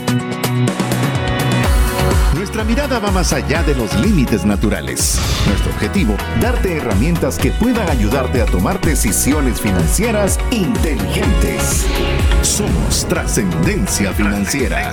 Nuestra mirada va más allá de los límites naturales. Nuestro objetivo, darte herramientas que puedan ayudarte a tomar decisiones financieras inteligentes. Somos Trascendencia Financiera.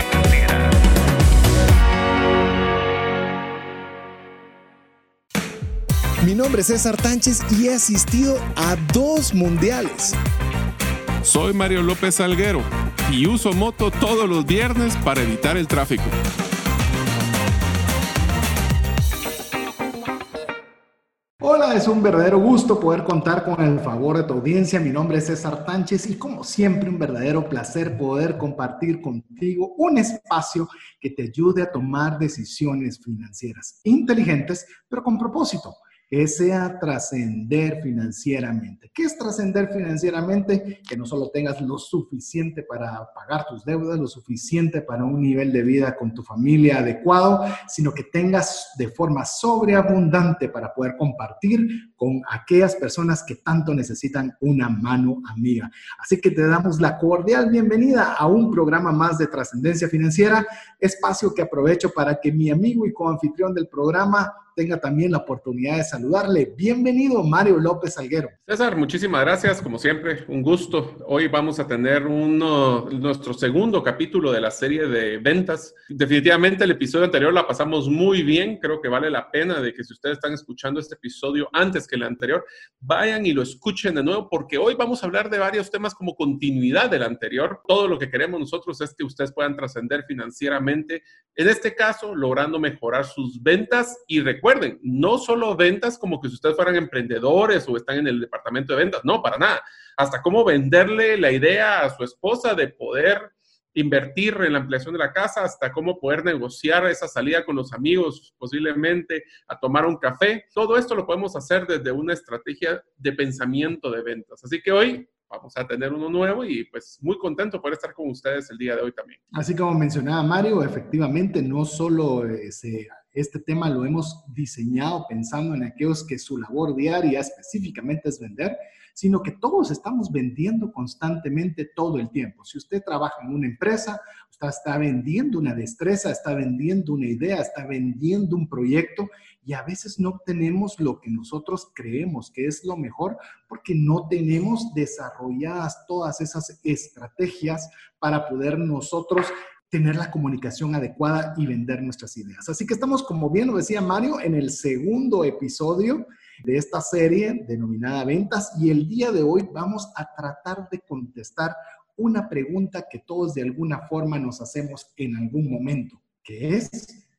Mi nombre es César Tánchez y he asistido a 2 mundiales. Soy Mario López Salguero y uso moto todos los viernes para evitar el tráfico. Hola, es un verdadero gusto poder contar con el favor de tu audiencia. Mi nombre es César Tánchez y como siempre un verdadero placer poder compartir contigo un espacio que te ayude a tomar decisiones financieras inteligentes, pero con propósito. Que sea trascender financieramente. ¿Qué es trascender financieramente? Que no solo tengas lo suficiente para pagar tus deudas, lo suficiente para un nivel de vida con tu familia adecuado, sino que tengas de forma sobreabundante para poder compartir con aquellas personas que tanto necesitan una mano amiga. Así que te damos la cordial bienvenida a un programa más de Trascendencia Financiera, espacio que aprovecho para que mi amigo y coanfitrión del programa tenga también la oportunidad de saludarle. Bienvenido, Mario López Salguero. César, muchísimas gracias. Como siempre, un gusto. Hoy vamos a tener nuestro segundo capítulo de la serie de ventas. Definitivamente el episodio anterior la pasamos muy bien. Creo que vale la pena de que si ustedes están escuchando este episodio antes que el anterior, vayan y lo escuchen de nuevo, porque hoy vamos a hablar de varios temas como continuidad del anterior. Todo lo que queremos nosotros es que ustedes puedan trascender financieramente, en este caso, logrando mejorar sus ventas. Y recuerden, no solo ventas como que si ustedes fueran emprendedores o están en el departamento de ventas, no, para nada. Hasta cómo venderle la idea a su esposa de poder invertir en la ampliación de la casa, hasta cómo poder negociar esa salida con los amigos, posiblemente a tomar un café. Todo esto lo podemos hacer desde una estrategia de pensamiento de ventas. Así que hoy vamos a tener uno nuevo y pues muy contento por estar con ustedes el día de hoy también. Así como mencionaba Mario, efectivamente no solo este tema lo hemos diseñado pensando en aquellos que su labor diaria específicamente es vender, sino que todos estamos vendiendo constantemente todo el tiempo. Si usted trabaja en una empresa, usted está vendiendo una destreza, está vendiendo una idea, está vendiendo un proyecto y a veces no obtenemos lo que nosotros creemos que es lo mejor porque no tenemos desarrolladas todas esas estrategias para poder nosotros tener la comunicación adecuada y vender nuestras ideas. Así que estamos, como bien lo decía Mario, en el segundo episodio de esta serie denominada Ventas y el día de hoy vamos a tratar de contestar una pregunta que todos de alguna forma nos hacemos en algún momento, que es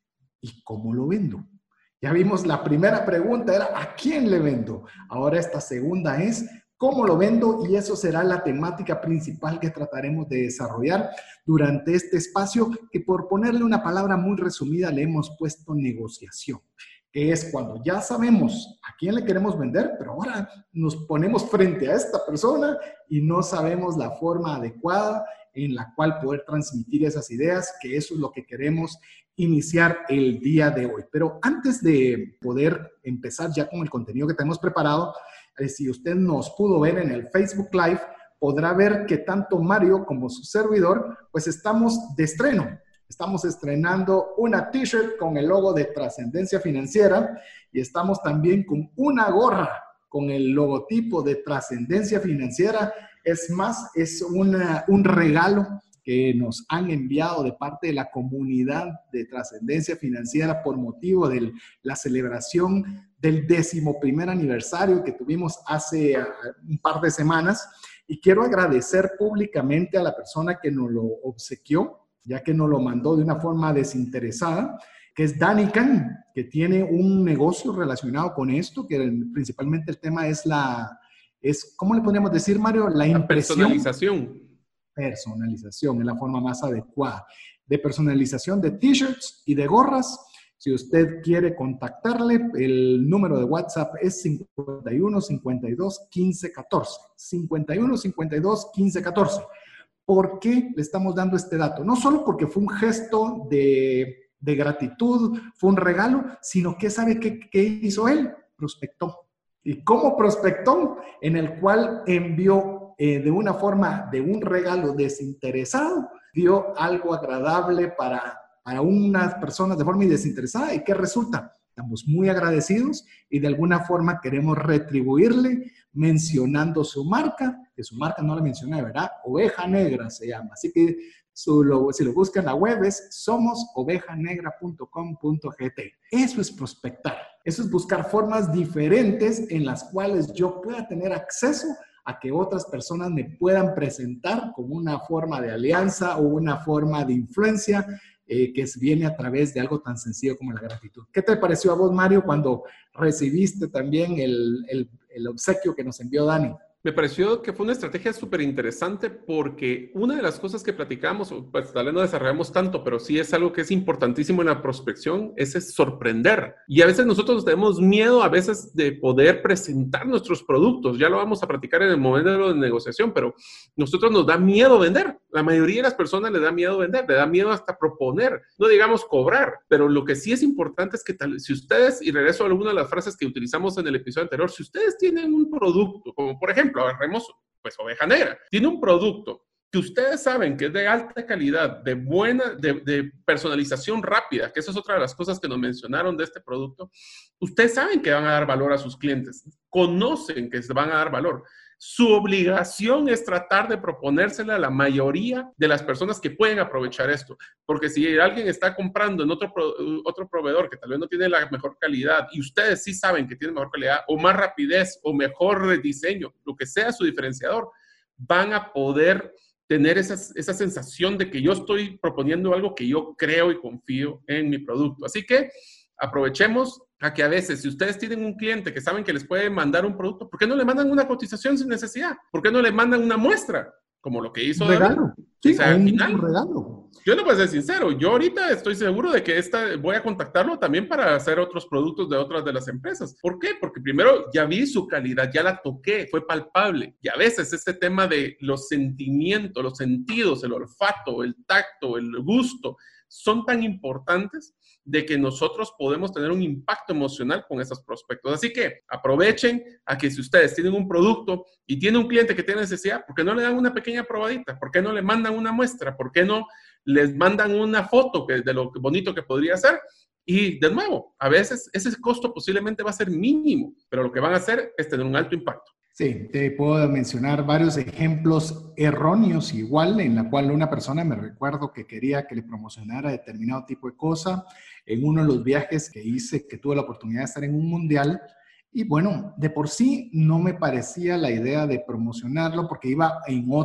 ¿y cómo lo vendo? Ya vimos la primera pregunta, era ¿a quién le vendo? Ahora esta segunda es ¿cómo lo vendo? Y eso será la temática principal que trataremos de desarrollar durante este espacio, que por ponerle una palabra muy resumida le hemos puesto negociación, que es cuando ya sabemos a quién le queremos vender, pero ahora nos ponemos frente a esta persona y no sabemos la forma adecuada en la cual poder transmitir esas ideas, que eso es lo que queremos iniciar el día de hoy. Pero antes de poder empezar ya con el contenido que tenemos preparado, si usted nos pudo ver en el Facebook Live, podrá ver que tanto Mario como su servidor, pues estamos de estreno. Estamos estrenando una t-shirt con el logo de Trascendencia Financiera y estamos también con una gorra con el logotipo de Trascendencia Financiera. Es más, es un regalo que nos han enviado de parte de la comunidad de Trascendencia Financiera por motivo de la celebración del 11º aniversario que tuvimos hace un par de semanas. Y quiero agradecer públicamente a la persona que nos lo obsequió, ya que nos lo mandó de una forma desinteresada, que es Dani Khan, que tiene un negocio relacionado con esto, que principalmente el tema es ¿cómo le podríamos decir, Mario? La impresión. Personalización es la forma más adecuada de personalización de t-shirts y de gorras. Si usted quiere contactarle, el número de WhatsApp es 51 52 15 14. 51 52 15 14. ¿Por qué le estamos dando este dato? No solo porque fue un gesto de gratitud, fue un regalo, sino que ¿sabe qué hizo él? Prospectó. ¿Y cómo prospectó? En el cual envió de una forma de un regalo desinteresado, dio algo agradable para unas personas de forma desinteresada. ¿Y qué resulta? Estamos muy agradecidos y de alguna forma queremos retribuirle mencionando su marca, que su marca no la mencioné, ¿verdad? Oveja Negra se llama. Así que si lo buscan en la web es somosovejanegra.com.gt. Eso es prospectar. Eso es buscar formas diferentes en las cuales yo pueda tener acceso a que otras personas me puedan presentar como una forma de alianza o una forma de influencia que viene a través de algo tan sencillo como la gratitud. ¿Qué te pareció a vos, Mario, cuando recibiste también el obsequio que nos envió Dani? Me pareció que fue una estrategia súper interesante porque una de las cosas que platicamos, pues tal vez no desarrollamos tanto, pero sí es algo que es importantísimo en la prospección, es sorprender. Y a veces nosotros tenemos miedo a veces de poder presentar nuestros productos. Ya lo vamos a platicar en el momento de negociación, pero nosotros nos da miedo vender. La mayoría de las personas le da miedo vender, le da miedo hasta proponer, no digamos cobrar. Pero lo que sí es importante es que si ustedes, y regreso a alguna de las frases que utilizamos en el episodio anterior, si ustedes tienen un producto, como por ejemplo, agarremos pues Oveja Negra, tiene un producto que ustedes saben que es de alta calidad, de personalización rápida, que esa es otra de las cosas que nos mencionaron de este producto, ustedes saben que van a dar valor a sus clientes, conocen que se van a dar valor. Su obligación es tratar de proponérsela a la mayoría de las personas que pueden aprovechar esto. Porque si alguien está comprando en otro proveedor que tal vez no tiene la mejor calidad y ustedes sí saben que tiene mejor calidad o más rapidez o mejor diseño, lo que sea su diferenciador, van a poder tener esa sensación de que yo estoy proponiendo algo que yo creo y confío en mi producto. Así que aprovechemos a que a veces, si ustedes tienen un cliente que saben que les puede mandar un producto, ¿por qué no le mandan una cotización sin necesidad? ¿Por qué no le mandan una muestra? Como lo que hizo un regalo. Sí, o sea, al final, un regalo. Yo no puedo ser sincero, yo ahorita estoy seguro de que voy a contactarlo también para hacer otros productos de otras de las empresas. ¿Por qué? Porque primero ya vi su calidad, ya la toqué, fue palpable. Y a veces este tema de los sentimientos, los sentidos, el olfato, el tacto, el gusto, son tan importantes de que nosotros podemos tener un impacto emocional con esos prospectos. Así que aprovechen a que si ustedes tienen un producto y tiene un cliente que tiene necesidad, ¿por qué no le dan una pequeña probadita? ¿Por qué no le mandan una muestra? ¿Por qué no les mandan una foto de lo bonito que podría ser? Y de nuevo, a veces ese costo posiblemente va a ser mínimo, pero lo que van a hacer es tener un alto impacto. Sí, te puedo mencionar varios ejemplos erróneos igual, en la cual una persona, me recuerdo que quería que le promocionara determinado tipo de cosa en uno de los viajes que hice, que tuve la oportunidad de estar en un mundial. Y bueno, de por sí no me parecía la idea de promocionarlo porque iba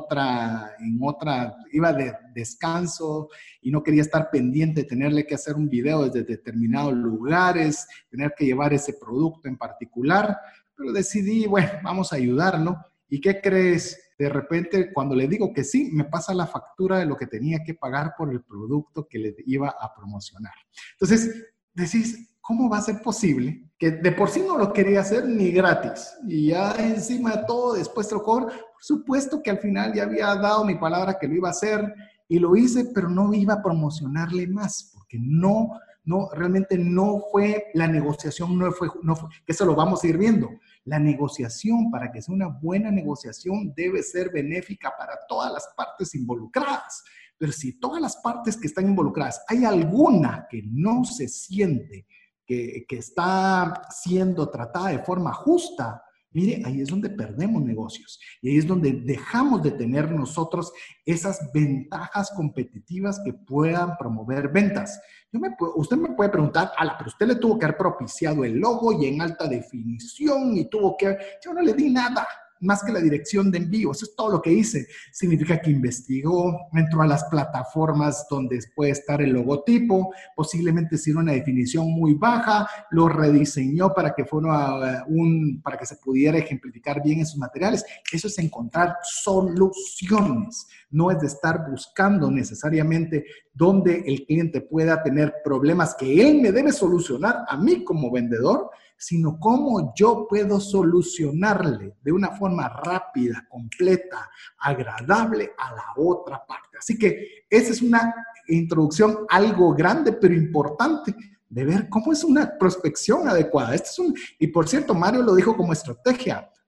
iba de descanso y no quería estar pendiente de tenerle que hacer un video desde determinados lugares, tener que llevar ese producto en particular. Pero decidí, bueno, vamos a ayudarlo. ¿Y qué crees? De repente, cuando le digo que sí, me pasa la factura de lo que tenía que pagar por el producto que le iba a promocionar. Entonces, decís, ¿cómo va a ser posible que de por sí no lo quería hacer ni gratis? Y ya encima de todo, después te lo cobro. Por supuesto que al final ya había dado mi palabra que lo iba a hacer y lo hice, pero no iba a promocionarle más porque realmente no fue la negociación, no fue, que eso lo vamos a ir viendo. La negociación, para que sea una buena negociación, debe ser benéfica para todas las partes involucradas. Pero si todas las partes que están involucradas, hay alguna que no se siente que está siendo tratada de forma justa, mire, ahí es donde perdemos negocios. Y ahí es donde dejamos de tener nosotros esas ventajas competitivas que puedan promover ventas. Usted me puede preguntar, pero usted le tuvo que haber propiciado el logo y en alta definición y yo no le di nada más que la dirección de envío. Eso es todo lo que hice. Significa que investigó, entró a las plataformas donde puede estar el logotipo, posiblemente hicieron una definición muy baja, lo rediseñó para que para que se pudiera ejemplificar bien esos materiales. Eso es encontrar soluciones. No es de estar buscando necesariamente donde el cliente pueda tener problemas que él me debe solucionar a mí como vendedor, sino cómo yo puedo solucionarle de una forma rápida, completa, agradable a la otra parte. Así que esa es una introducción algo grande, pero importante, de ver cómo es una prospección adecuada. Y por cierto, Mario lo dijo como estrategia.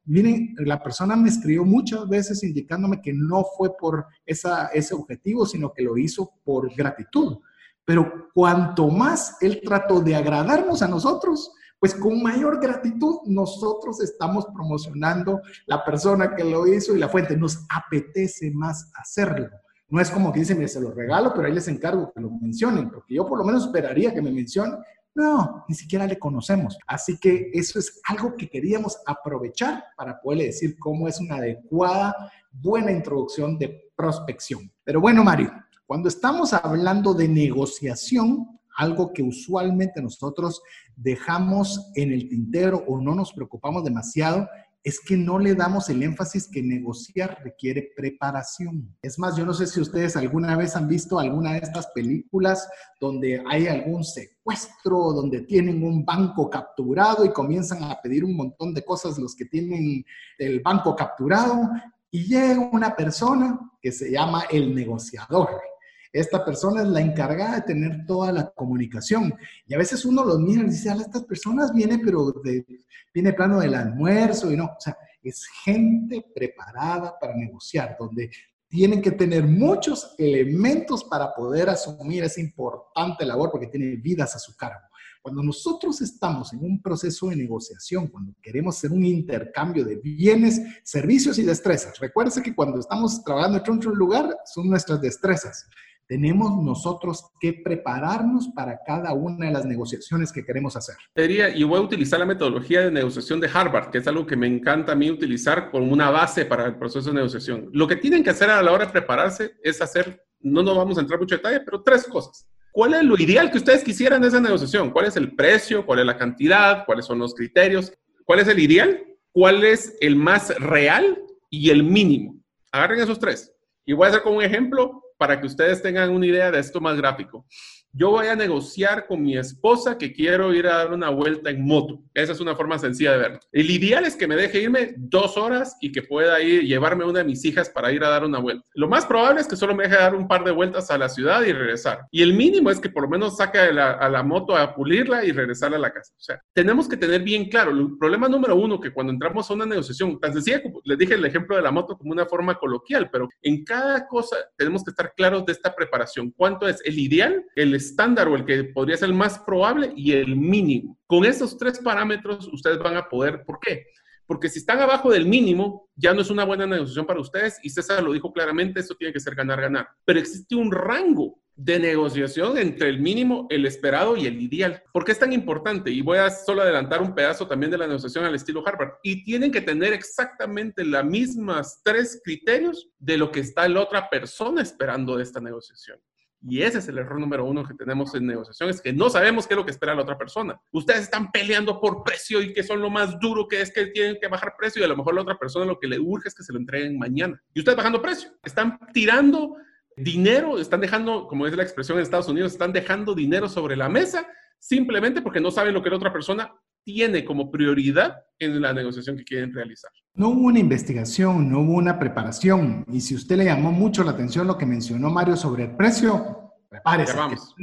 Miren, la persona me escribió muchas veces indicándome que no fue por ese objetivo, sino que lo hizo por gratitud. Pero cuanto más él trató de agradarnos a nosotros, pues con mayor gratitud nosotros estamos promocionando la persona que lo hizo y la fuente. Nos apetece más hacerlo. No es como que dicen, mire, se lo regalo, pero ahí les encargo que lo mencionen, porque yo por lo menos esperaría que me mencionen. No, ni siquiera le conocemos. Así que eso es algo que queríamos aprovechar para poderle decir cómo es una adecuada, buena introducción de prospección. Pero bueno, Mario, cuando estamos hablando de negociación, algo que usualmente nosotros dejamos en el tintero o no nos preocupamos demasiado, es que no le damos el énfasis que negociar requiere preparación. Es más, yo no sé si ustedes alguna vez han visto alguna de estas películas donde hay algún secuestro, donde tienen un banco capturado y comienzan a pedir un montón de cosas los que tienen el banco capturado y llega una persona que se llama el negociador. Esta persona es la encargada de tener toda la comunicación. Y a veces uno los mira y dice, estas personas viene plano del almuerzo y no. O sea, es gente preparada para negociar, donde tienen que tener muchos elementos para poder asumir esa importante labor porque tienen vidas a su cargo. Cuando nosotros estamos en un proceso de negociación, cuando queremos hacer un intercambio de bienes, servicios y destrezas, recuérdense que cuando estamos trabajando en otro lugar, son nuestras destrezas. Tenemos nosotros que prepararnos para cada una de las negociaciones que queremos hacer. Y voy a utilizar la metodología de negociación de Harvard, que es algo que me encanta a mí utilizar como una base para el proceso de negociación. Lo que tienen que hacer a la hora de prepararse es hacer, no nos vamos a entrar mucho en detalle, pero 3 cosas. ¿Cuál es lo ideal que ustedes quisieran de esa negociación? ¿Cuál es el precio? ¿Cuál es la cantidad? ¿Cuáles son los criterios? ¿Cuál es el ideal? ¿Cuál es el más real? Y el mínimo. Agarren esos 3. Y voy a hacer como un ejemplo para que ustedes tengan una idea de esto más gráfico. Yo voy a negociar con mi esposa que quiero ir a dar una vuelta en moto. Esa es una forma sencilla de verlo. El ideal es que me deje irme 2 horas y que pueda ir llevarme una de mis hijas para ir a dar una vuelta. Lo más probable es que solo me deje dar un par de vueltas a la ciudad y regresar. Y el mínimo es que por lo menos saque a la moto a pulirla y regresar a la casa. O sea, tenemos que tener bien claro. El problema número 1 que cuando entramos a una negociación, tan sencilla como les dije el ejemplo de la moto como una forma coloquial, pero en cada cosa tenemos que estar claros de esta preparación. ¿Cuánto es el ideal, el estándar o el que podría ser el más probable y el mínimo? Con esos 3 parámetros ustedes van a poder. ¿Por qué? Porque si están abajo del mínimo, ya no es una buena negociación para ustedes y César lo dijo claramente, esto tiene que ser ganar-ganar. Pero existe un rango de negociación entre el mínimo, el esperado y el ideal. ¿Por qué es tan importante? Y voy a solo adelantar un pedazo también de la negociación al estilo Harvard. Y tienen que tener exactamente las mismas 3 criterios de lo que está la otra persona esperando de esta negociación. Y ese es el error número 1 que tenemos en negociación, es que no sabemos qué es lo que espera la otra persona. Ustedes están peleando por precio y que son lo más duro que es que tienen que bajar precio y a lo mejor la otra persona lo que le urge es que se lo entreguen mañana. Y ustedes bajando precio, están tirando dinero, están dejando, como es la expresión en Estados Unidos, están dejando dinero sobre la mesa simplemente porque no saben lo que la otra persona tiene como prioridad en la negociación que quieren realizar. No hubo una investigación, no hubo una preparación. Y si usted le llamó mucho la atención lo que mencionó Mario sobre el precio, prepárese.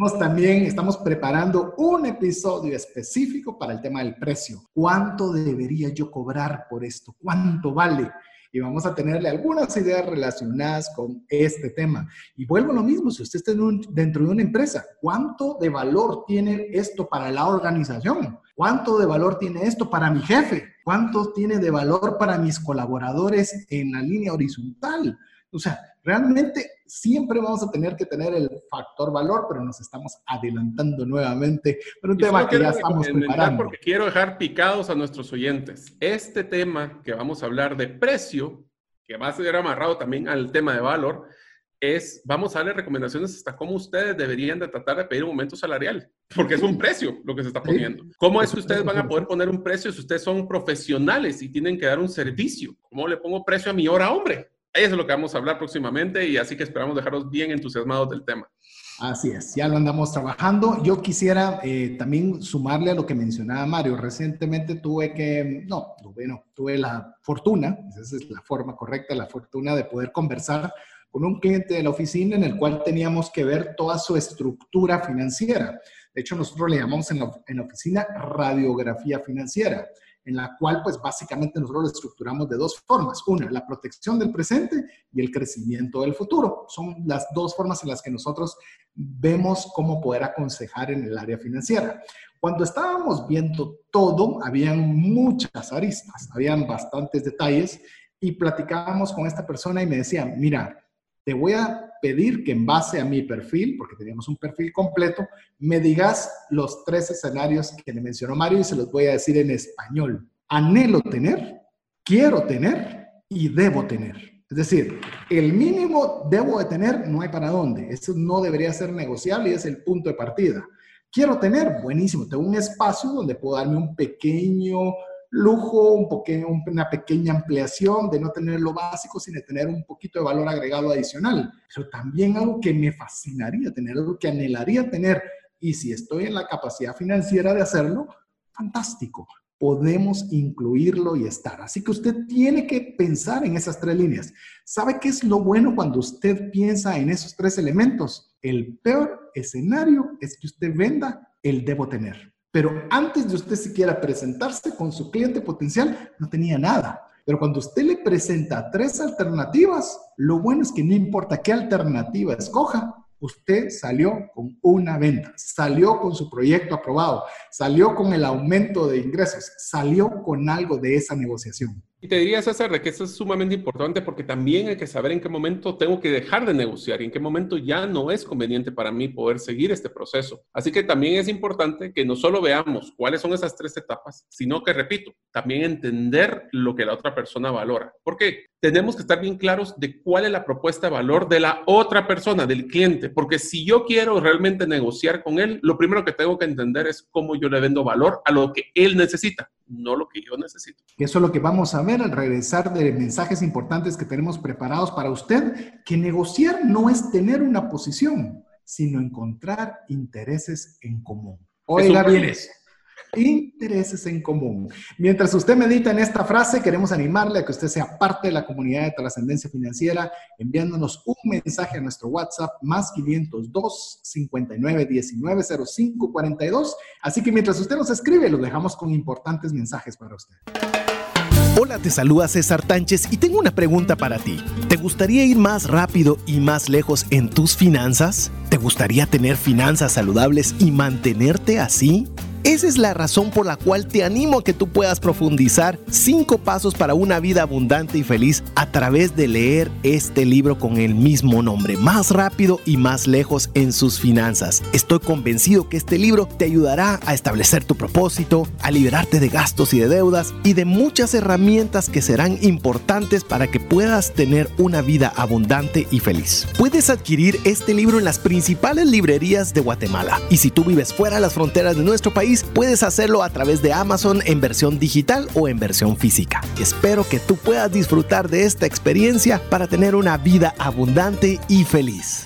Estamos preparando un episodio específico para el tema del precio. ¿Cuánto debería yo cobrar por esto? ¿Cuánto vale? Y vamos a tenerle algunas ideas relacionadas con este tema. Y vuelvo a lo mismo, si usted está dentro de una empresa, ¿cuánto de valor tiene esto para la organización? ¿Cuánto de valor tiene esto para mi jefe? ¿Cuánto tiene de valor para mis colaboradores en la línea horizontal? O sea, realmente siempre vamos a tener que tener el factor valor, pero nos estamos adelantando nuevamente por un tema que ya estamos preparando. Porque quiero dejar picados a nuestros oyentes. Este tema que vamos a hablar de precio, que va a ser amarrado también al tema de valor, vamos a darle recomendaciones hasta cómo ustedes deberían de tratar de pedir un aumento salarial, porque es un precio lo que se está poniendo. ¿Cómo es que ustedes van a poder poner un precio si ustedes son profesionales y tienen que dar un servicio? ¿Cómo le pongo precio a mi hora hombre? Eso es lo que vamos a hablar próximamente y así que esperamos dejarlos bien entusiasmados del tema. Así es, ya lo andamos trabajando. Yo quisiera también sumarle a lo que mencionaba Mario. Recientemente tuve la fortuna, esa es la forma correcta, la fortuna de poder conversar con un cliente de la oficina en el cual teníamos que ver toda su estructura financiera. De hecho, nosotros le llamamos en la oficina radiografía financiera. en la cual pues básicamente nosotros lo estructuramos de dos formas. Una, la protección del presente y el crecimiento del futuro. Son las dos formas en las que nosotros vemos cómo poder aconsejar en el área financiera. Cuando estábamos viendo todo, habían muchas aristas, habían bastantes detalles y platicábamos con esta persona y me decía, mira, te voy a pedir que en base a mi perfil, porque teníamos un perfil completo, me digas los 3 escenarios que le mencionó Mario y se los voy a decir en español. Anhelo tener, quiero tener y debo tener. Es decir, el mínimo debo de tener, no hay para dónde. Eso no debería ser negociable y es el punto de partida. Quiero tener, buenísimo, tengo un espacio donde puedo darme un pequeño lujo, una pequeña ampliación de no tener lo básico, sino de tener un poquito de valor agregado adicional. Pero también algo que me fascinaría tener, algo que anhelaría tener, y si estoy en la capacidad financiera de hacerlo, fantástico. Podemos incluirlo y estar. Así que usted tiene que pensar en esas 3 líneas. ¿Sabe qué es lo bueno cuando usted piensa en esos 3 elementos? El peor escenario es que usted venda el debo tener. Pero antes de usted siquiera presentarse con su cliente potencial, no tenía nada. Pero cuando usted le presenta 3 alternativas, lo bueno es que no importa qué alternativa escoja, usted salió con una venta, salió con su proyecto aprobado, salió con el aumento de ingresos, salió con algo de esa negociación. Y te diría, César, de que eso es sumamente importante porque también hay que saber en qué momento tengo que dejar de negociar y en qué momento ya no es conveniente para mí poder seguir este proceso. Así que también es importante que no solo veamos cuáles son esas 3 etapas, sino que, repito, también entender lo que la otra persona valora. Porque tenemos que estar bien claros de cuál es la propuesta de valor de la otra persona, del cliente. Porque si yo quiero realmente negociar con él, lo primero que tengo que entender es cómo yo le vendo valor a lo que él necesita, no lo que yo necesito. Eso es lo que vamos a ver al regresar de mensajes importantes que tenemos preparados para usted, que negociar no es tener una posición, sino encontrar intereses en común. Oiga bien eso. Intereses en común. Mientras usted medita en esta frase, queremos animarle a que usted sea parte de la comunidad de Trascendencia Financiera, enviándonos un mensaje a nuestro WhatsApp más 502 59 19 05 42. Así que mientras usted nos escribe, lo dejamos con importantes mensajes para usted. Hola, te saluda César Tánchez y tengo una pregunta para ti. ¿Te gustaría ir más rápido y más lejos en tus finanzas? ¿Te gustaría tener finanzas saludables y mantenerte así? Esa es la razón por la cual te animo a que tú puedas profundizar 5 pasos para una vida abundante y feliz a través de leer este libro con el mismo nombre, Más rápido y más lejos en sus finanzas. Estoy convencido que este libro te ayudará a establecer tu propósito, a liberarte de gastos y de deudas y de muchas herramientas que serán importantes para que puedas tener una vida abundante y feliz. Puedes adquirir este libro en las principales librerías de Guatemala y si tú vives fuera de las fronteras de nuestro país, puedes hacerlo a través de Amazon en versión digital o en versión física. Espero que tú puedas disfrutar de esta experiencia para tener una vida abundante y feliz.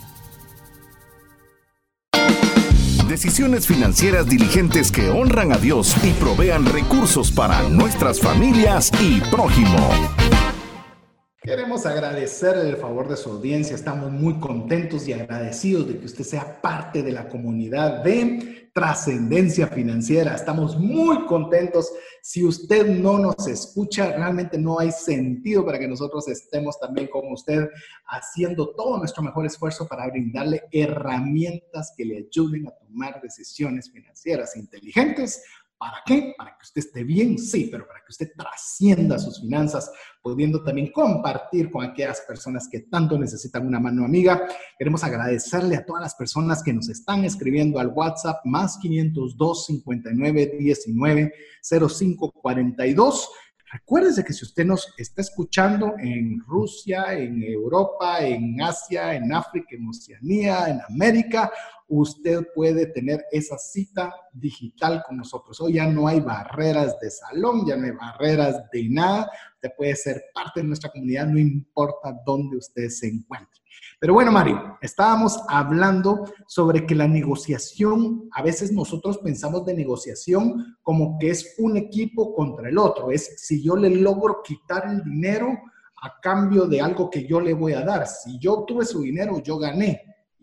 Decisiones financieras diligentes que honran a Dios y provean recursos para nuestras familias y prójimo. Queremos agradecerle el favor de su audiencia. Estamos muy contentos y agradecidos de que usted sea parte de la comunidad de Trascendencia Financiera. Estamos muy contentos. Si usted no nos escucha, realmente no hay sentido para que nosotros estemos también con usted haciendo todo nuestro mejor esfuerzo para brindarle herramientas que le ayuden a tomar decisiones financieras inteligentes. ¿Para qué? Para que usted esté bien, sí, pero para que usted trascienda sus finanzas, pudiendo también compartir con aquellas personas que tanto necesitan una mano amiga. Queremos agradecerle a todas las personas que nos están escribiendo al WhatsApp más 502 59 19 05 42. Recuérdese que si usted nos está escuchando en Rusia, en Europa, en Asia, en África, en Oceanía, en América, usted puede tener esa cita digital con nosotros. Hoy ya no hay barreras de salón, ya no hay barreras de nada. Usted puede ser parte de nuestra comunidad, no importa dónde usted se encuentre. Pero bueno, Mario, estábamos hablando sobre que la negociación, a veces nosotros pensamos de negociación como que es un equipo contra el otro. Es si yo le logro quitar el dinero a cambio de algo que yo le voy a dar. Si yo obtuve su dinero, yo gané.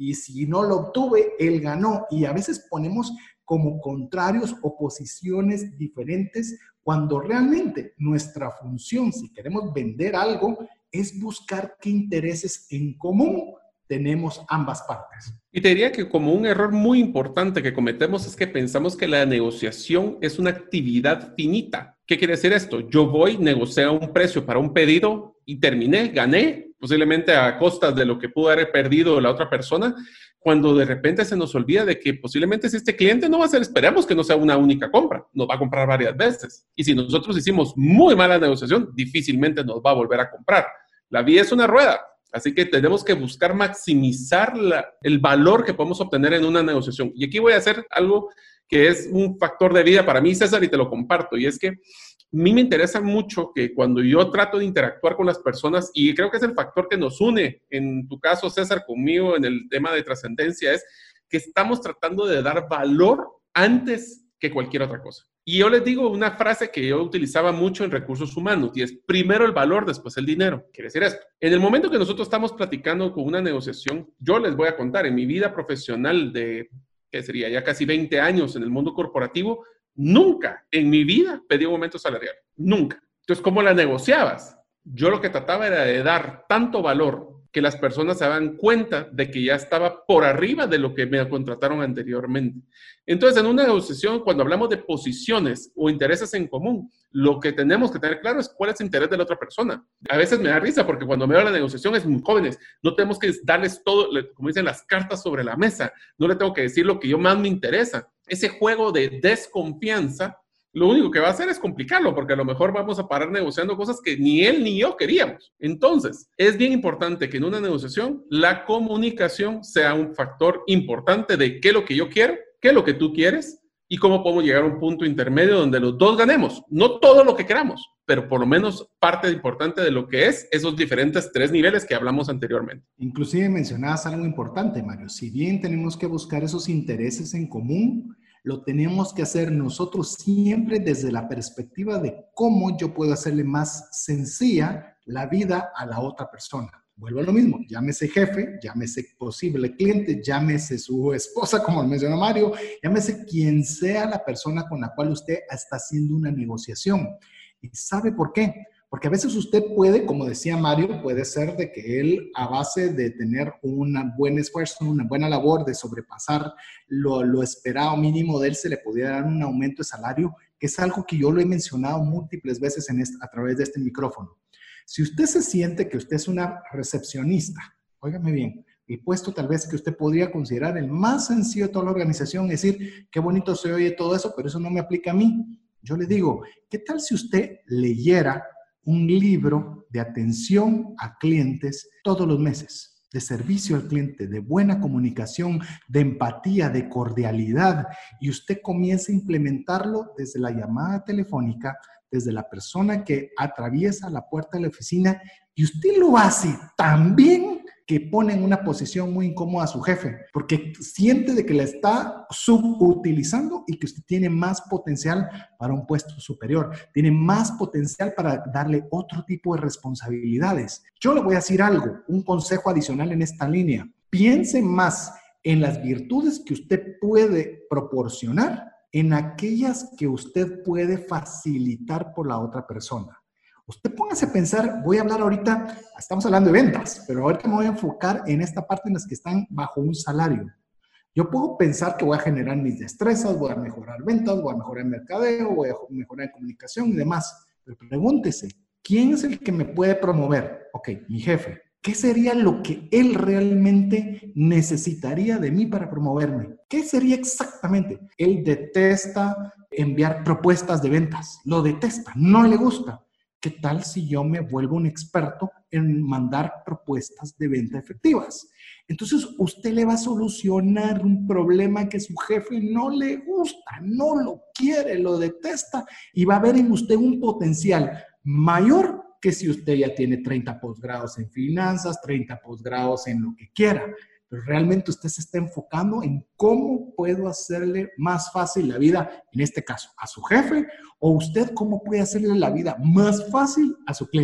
y si no lo obtuve, él ganó. Y a veces ponemos como contrarios o posiciones diferentes cuando realmente nuestra función, si queremos vender algo, es buscar qué intereses en común tenemos ambas partes. Y te diría que como un error muy importante que cometemos es que pensamos que la negociación es una actividad finita. ¿Qué quiere decir esto? Yo voy, negocio un precio para un pedido y terminé, gané, posiblemente a costas de lo que pudo haber perdido la otra persona, cuando de repente se nos olvida de que posiblemente si este cliente no va a ser, esperemos que no sea una única compra, nos va a comprar varias veces. Y si nosotros hicimos muy mala negociación, difícilmente nos va a volver a comprar. La vida es una rueda. Así que tenemos que buscar maximizar el valor que podemos obtener en una negociación. Y aquí voy a hacer algo que es un factor de vida para mí, César, y te lo comparto. Y es que a mí me interesa mucho que cuando yo trato de interactuar con las personas, y creo que es el factor que nos une, en tu caso, César, conmigo, en el tema de trascendencia, es que estamos tratando de dar valor antes que cualquier otra cosa. Y yo les digo una frase que yo utilizaba mucho en recursos humanos y es primero el valor, después el dinero. Quiere decir esto. En el momento que nosotros estamos platicando con una negociación, yo les voy a contar en mi vida profesional de, ¿qué sería? Ya casi 20 años en el mundo corporativo, nunca en mi vida pedí un aumento salarial. Nunca. Entonces, ¿cómo la negociabas? Yo lo que trataba era de dar tanto valor que las personas se daban cuenta de que ya estaba por arriba de lo que me contrataron anteriormente. Entonces, en una negociación, cuando hablamos de posiciones o intereses en común, lo que tenemos que tener claro es cuál es el interés de la otra persona. A veces me da risa porque cuando me veo la negociación es muy jóvenes. No tenemos que darles todo, como dicen, las cartas sobre la mesa. No le tengo que decir lo que yo más me interesa. Ese juego de desconfianza, lo único que va a hacer es complicarlo, porque a lo mejor vamos a parar negociando cosas que ni él ni yo queríamos. Entonces, es bien importante que en una negociación la comunicación sea un factor importante de qué es lo que yo quiero, qué es lo que tú quieres y cómo podemos llegar a un punto intermedio donde los dos ganemos. No todo lo que queramos, pero por lo menos parte importante de lo que es esos diferentes 3 niveles que hablamos anteriormente. Inclusive mencionabas algo importante, Mario. Si bien tenemos que buscar esos intereses en común, lo tenemos que hacer nosotros siempre desde la perspectiva de cómo yo puedo hacerle más sencilla la vida a la otra persona. Vuelvo a lo mismo, llámese jefe, llámese posible cliente, llámese su esposa, como mencionó Mario, llámese quien sea la persona con la cual usted está haciendo una negociación. ¿Y sabe por qué? Porque a veces usted puede, como decía Mario, puede ser de que él, a base de tener un buen esfuerzo, una buena labor de sobrepasar lo esperado mínimo de él, se le pudiera dar un aumento de salario, que es algo que yo lo he mencionado múltiples veces a través de este micrófono. Si usted se siente que usted es una recepcionista, óigame bien, el puesto tal vez que usted podría considerar el más sencillo de toda la organización, es decir, qué bonito se oye todo eso, pero eso no me aplica a mí. Yo le digo, ¿qué tal si usted leyera un libro de atención a clientes todos los meses, de servicio al cliente, de buena comunicación, de empatía, de cordialidad, y usted comienza a implementarlo desde la llamada telefónica, desde la persona que atraviesa la puerta de la oficina, y usted lo hace tan bien que pone en una posición muy incómoda a su jefe, porque siente de que la está subutilizando y que usted tiene más potencial para un puesto superior, tiene más potencial para darle otro tipo de responsabilidades. Yo le voy a decir algo, un consejo adicional en esta línea. Piense más en las virtudes que usted puede proporcionar, en aquellas que usted puede facilitar por la otra persona. Usted póngase a pensar, voy a hablar ahorita, estamos hablando de ventas, pero ahorita me voy a enfocar en esta parte en las que están bajo un salario. Yo puedo pensar que voy a generar mis destrezas, voy a mejorar ventas, voy a mejorar mercadeo, voy a mejorar comunicación y demás. Pero pregúntese, ¿quién es el que me puede promover? Ok, mi jefe. ¿Qué sería lo que él realmente necesitaría de mí para promoverme? ¿Qué sería exactamente? Él detesta enviar propuestas de ventas. Lo detesta, no le gusta. ¿Qué tal si yo me vuelvo un experto en mandar propuestas de venta efectivas? Entonces, usted le va a solucionar un problema que su jefe no le gusta, no lo quiere, lo detesta y va a ver en usted un potencial mayor que si usted ya tiene 30 posgrados en finanzas, 30 posgrados en lo que quiera. Pero realmente usted se está enfocando en cómo puedo hacerle más fácil la vida, en este caso, a su jefe, o usted cómo puede hacerle la vida más fácil a su cliente.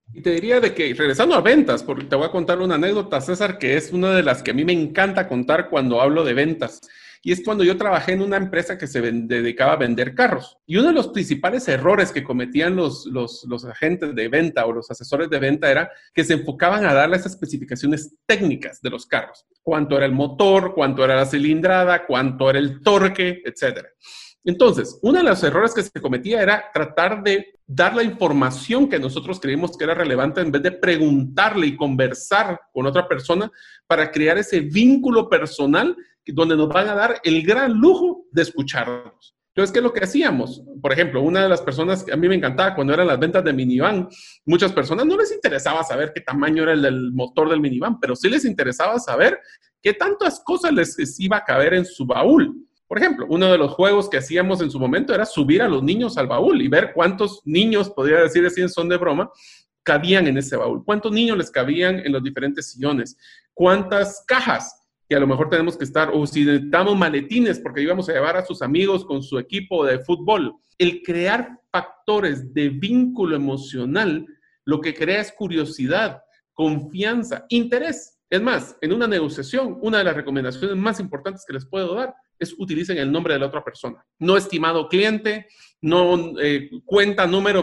Y te diría de que, regresando a ventas, porque te voy a contar una anécdota, César, que es una de las que a mí me encanta contar cuando hablo de ventas. Y es cuando yo trabajé en una empresa que se dedicaba a vender carros. Y uno de los principales errores que cometían los agentes de venta o los asesores de venta era que se enfocaban a dar las especificaciones técnicas de los carros. Cuánto era el motor, cuánto era la cilindrada, cuánto era el torque, etc. Entonces, uno de los errores que se cometía era tratar de dar la información que nosotros creímos que era relevante en vez de preguntarle y conversar con otra persona para crear ese vínculo personal donde nos van a dar el gran lujo de escucharnos. Entonces, ¿qué es lo que hacíamos? Por ejemplo, una de las personas que a mí me encantaba cuando eran las ventas de minivan, muchas personas no les interesaba saber qué tamaño era el del motor del minivan, pero sí les interesaba saber qué tantas cosas les iba a caber en su baúl. Por ejemplo, uno de los juegos que hacíamos en su momento era subir a los niños al baúl y ver cuántos niños, podría decir así en son de broma, cabían en ese baúl. ¿Cuántos niños les cabían en los diferentes sillones? ¿Cuántas cajas que a lo mejor tenemos que estar? O si necesitamos maletines porque íbamos a llevar a sus amigos con su equipo de fútbol. El crear factores de vínculo emocional, lo que crea es curiosidad, confianza, interés. Es más, en una negociación, una de las recomendaciones más importantes que les puedo dar es utilicen el nombre de la otra persona. No estimado cliente, no cuenta número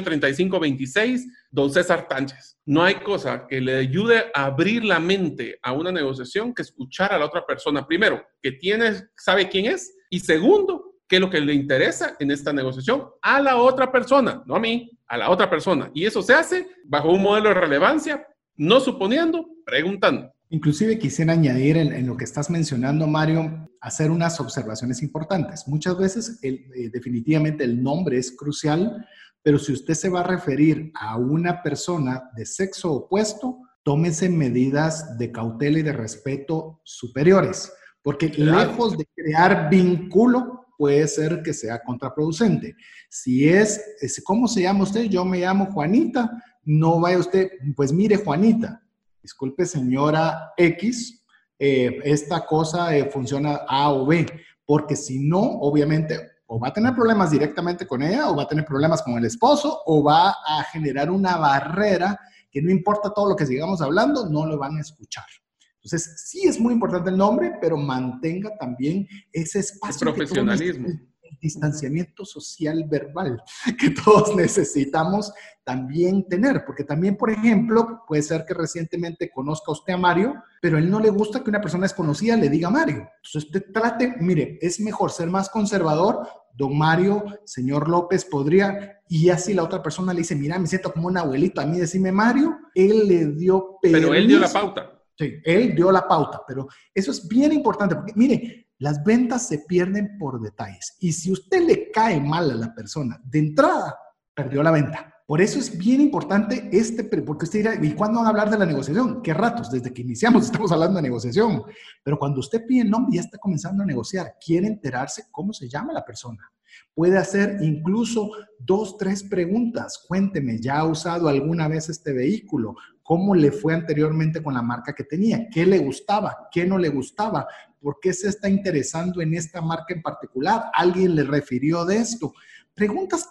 283526, don César Tánchez. No hay cosa que le ayude a abrir la mente a una negociación que escuchar a la otra persona. Primero, que sabe quién es. Y segundo, qué es lo que le interesa en esta negociación a la otra persona, no a mí, a la otra persona. Y eso se hace bajo un modelo de relevancia, no suponiendo, preguntando. Inclusive quisiera añadir en lo que estás mencionando, Mario, hacer unas observaciones importantes. Muchas veces definitivamente el nombre es crucial, pero si usted se va a referir a una persona de sexo opuesto, tómese medidas de cautela y de respeto superiores, porque lejos de crear vínculo, puede ser que sea contraproducente. Si ¿cómo se llama usted? Yo me llamo Juanita. No vaya usted, pues mire, Juanita, disculpe, señora X, esta cosa funciona A o B, porque si no, obviamente, o va a tener problemas directamente con ella, o va a tener problemas con el esposo, o va a generar una barrera que no importa todo lo que sigamos hablando, no lo van a escuchar. Entonces, sí es muy importante el nombre, pero mantenga también ese espacio. El profesionalismo. El distanciamiento social verbal que todos necesitamos también tener, porque también, por ejemplo, puede ser que recientemente conozca usted a Mario, pero a él no le gusta que una persona desconocida le diga Mario. Entonces usted trate, mire, es mejor ser más conservador, don Mario, señor López, podría, y así la otra persona le dice, mira, me siento como un abuelito, a mí decime Mario, él le dio permiso. Pero él dio la pauta. Sí, él dio la pauta, pero eso es bien importante, porque mire, las ventas se pierden por detalles. Y si usted le cae mal a la persona, de entrada, perdió la venta. Por eso es bien importante porque usted dirá, ¿y cuándo van a hablar de la negociación? ¿Qué ratos? Desde que iniciamos estamos hablando de negociación. Pero cuando usted pide el nombre, ya está comenzando a negociar. Quiere enterarse cómo se llama la persona. Puede hacer incluso 2, 3 preguntas. Cuénteme, ¿ya ha usado alguna vez este vehículo? ¿Cómo le fue anteriormente con la marca que tenía? ¿Qué le gustaba? ¿Qué no le gustaba? ¿Por qué se está interesando en esta marca en particular? ¿Alguien le refirió de esto? Preguntas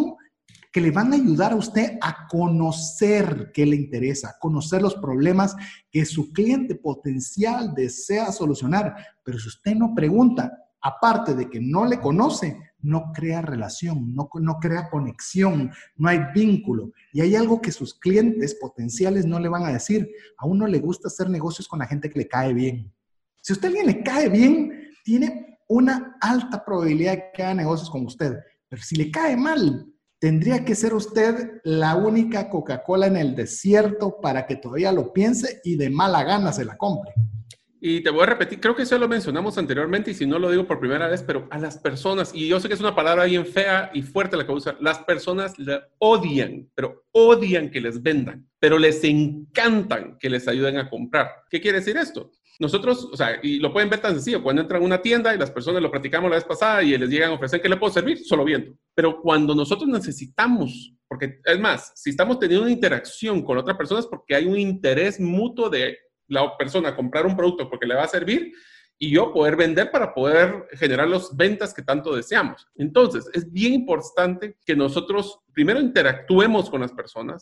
que le van a ayudar a usted a conocer qué le interesa, conocer los problemas que su cliente potencial desea solucionar. Pero si usted no pregunta, aparte de que no le conoce, no crea relación, no crea conexión, no hay vínculo. Y hay algo que sus clientes potenciales no le van a decir. A uno le gusta hacer negocios con la gente que le cae bien. Si a usted a alguien le cae bien, tiene una alta probabilidad de que haga negocios con usted. Pero si le cae mal, tendría que ser usted la única Coca-Cola en el desierto para que todavía lo piense y de mala gana se la compre. Y te voy a repetir, creo que eso lo mencionamos anteriormente y si no lo digo por primera vez, pero a las personas, y yo sé que es una palabra bien fea y fuerte la que voy a usar, las personas le odian, pero odian que les vendan, pero les encantan que les ayuden a comprar. ¿Qué quiere decir esto? Nosotros, o sea, y lo pueden ver tan sencillo, cuando entran a una tienda y las personas lo platicamos la vez pasada y les llegan a ofrecer, ¿qué le puedo servir? Solo viendo. Pero cuando nosotros necesitamos, porque es más, si estamos teniendo una interacción con otras personas porque hay un interés mutuo de la persona comprar un producto porque le va a servir y yo poder vender para poder generar las ventas que tanto deseamos. Entonces, es bien importante que nosotros primero interactuemos con las personas,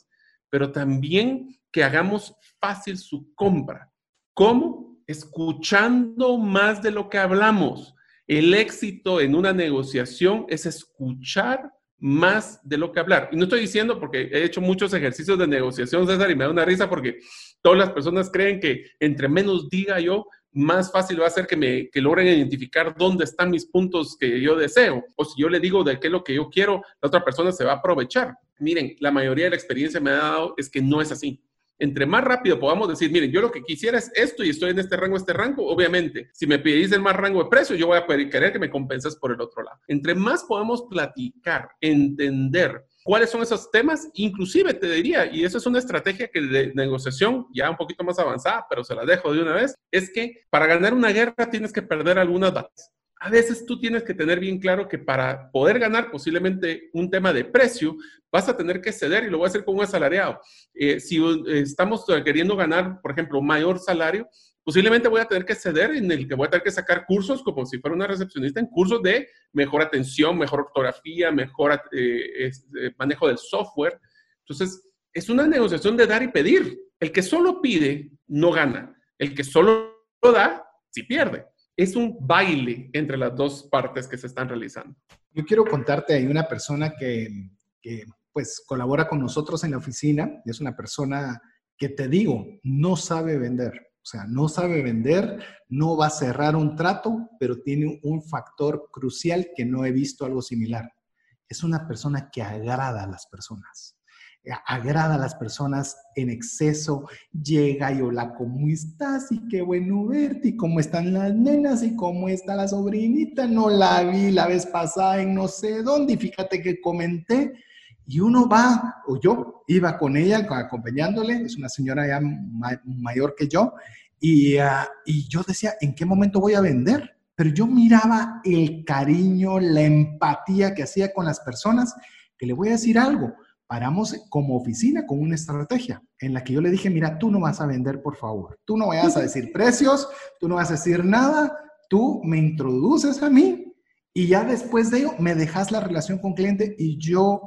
pero también que hagamos fácil su compra. ¿Cómo? Escuchando más de lo que hablamos. El éxito en una negociación es escuchar más de lo que hablar. Y no estoy diciendo, porque he hecho muchos ejercicios de negociación, César, y me da una risa porque todas las personas creen que entre menos diga yo, más fácil va a ser que logren identificar dónde están mis puntos que yo deseo. O si yo le digo de qué es lo que yo quiero, la otra persona se va a aprovechar. Miren, la mayoría de la experiencia me ha dado es que no es así. Entre más rápido podamos decir, miren, yo lo que quisiera es esto y estoy en este rango, obviamente, si me pedís el más rango de precio, yo voy a querer que me compenses por el otro lado. Entre más podamos platicar, entender cuáles son esos temas, inclusive te diría, y eso es una estrategia que de negociación ya un poquito más avanzada, pero se la dejo de una vez, es que para ganar una guerra tienes que perder algunas batallas. A veces tú tienes que tener bien claro que para poder ganar posiblemente un tema de precio, vas a tener que ceder, y lo voy a hacer con un asalariado. Si estamos queriendo ganar, por ejemplo, un mayor salario, posiblemente voy a tener que ceder en el que voy a tener que sacar cursos como si fuera una recepcionista, en cursos de mejor atención, mejor ortografía, mejor manejo del software. Entonces, es una negociación de dar y pedir. El que solo pide no gana. El que solo da, sí pierde. Es un baile entre las dos partes que se están realizando. Yo quiero contarte, hay una persona que pues colabora con nosotros en la oficina, y es una persona que, te digo, no sabe vender. O sea, no sabe vender, no va a cerrar un trato, pero tiene un factor crucial que no he visto algo similar. Es una persona que agrada a las personas. Agrada a las personas en exceso, llega y hola, ¿cómo estás? Y qué bueno verte, y cómo están las nenas, y cómo está la sobrinita, no la vi la vez pasada en no sé dónde, y fíjate que comenté, y uno va, o yo iba con ella, acompañándole, es una señora ya mayor que yo, y yo decía, ¿en qué momento voy a vender? Pero yo miraba el cariño, la empatía que hacía con las personas, que le voy a decir algo. Paramos como oficina con una estrategia en la que yo le dije, mira, tú no vas a vender, por favor. Tú no vayas a decir precios, tú no vas a decir nada, tú me introduces a mí y ya después de ello me dejas la relación con cliente y yo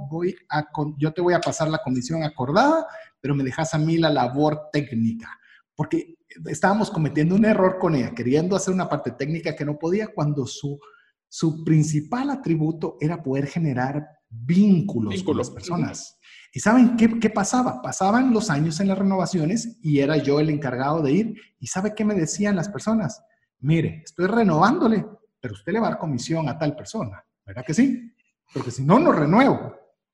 te voy a pasar la comisión acordada, pero me dejas a mí la labor técnica. Porque estábamos cometiendo un error con ella, queriendo hacer una parte técnica que no podía, cuando su principal atributo era poder generar vínculos con las personas. ¿Y saben qué pasaba? Pasaban los años en las renovaciones y era yo el encargado de ir. ¿Y sabe qué me decían las personas? Mire, estoy renovándole, pero usted le va a dar comisión a tal persona. ¿Verdad que sí? Porque si no, no renuevo.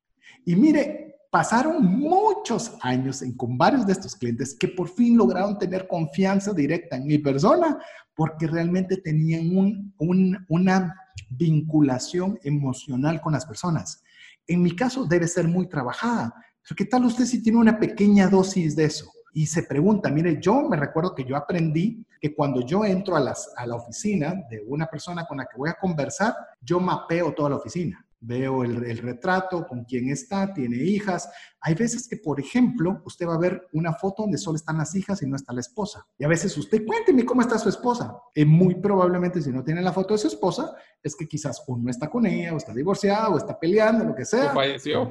Y mire, pasaron muchos años con varios de estos clientes que por fin lograron tener confianza directa en mi persona porque realmente tenían una vinculación emocional con las personas. En mi caso debe ser muy trabajada, pero ¿qué tal usted si tiene una pequeña dosis de eso? Y se pregunta, mire, yo me recuerdo que yo aprendí que cuando yo entro a la oficina de una persona con la que voy a conversar, yo mapeo toda la oficina. Veo el retrato, con quién está, tiene hijas. Hay veces que, por ejemplo, usted va a ver una foto donde solo están las hijas y no está la esposa. Y a veces usted, cuénteme cómo está su esposa. Muy probablemente, si no tiene la foto de su esposa, es que quizás o no está con ella, o está divorciada, o está peleando, lo que sea. O falleció.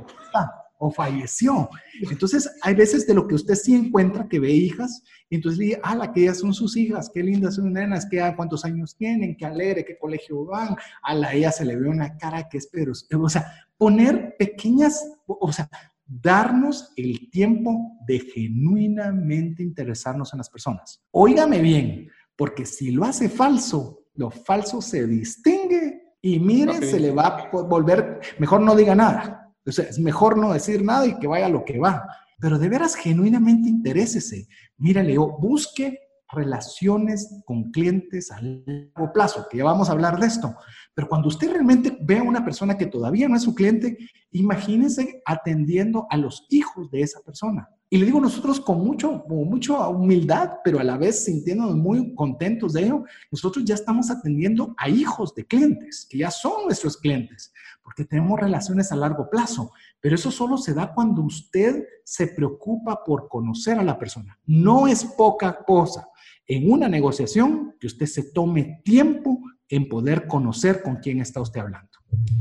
O falleció. Entonces, hay veces de lo que usted sí encuentra que ve hijas, y entonces le dice, que ellas son sus hijas, qué lindas son nenas, cuántos años tienen, qué alegre, qué colegio van, a ella se le ve una cara que es, pero, o sea, poner pequeñas, o sea, darnos el tiempo de genuinamente interesarnos en las personas. Óigame bien, porque si lo hace falso, lo falso se distingue y mire, se le va a volver, mejor no diga nada. O sea, es mejor no decir nada y que vaya lo que va. Pero de veras, genuinamente interésese. Mira, Leo, busque relaciones con clientes a largo plazo, que ya vamos a hablar de esto. Pero cuando usted realmente ve a una persona que todavía no es su cliente, imagínese atendiendo a los hijos de esa persona. Y le digo nosotros con mucha humildad, pero a la vez sintiéndonos muy contentos de ello, nosotros ya estamos atendiendo a hijos de clientes, que ya son nuestros clientes, porque tenemos relaciones a largo plazo. Pero eso solo se da cuando usted se preocupa por conocer a la persona. No es poca cosa en una negociación que usted se tome tiempo en poder conocer con quién está usted hablando.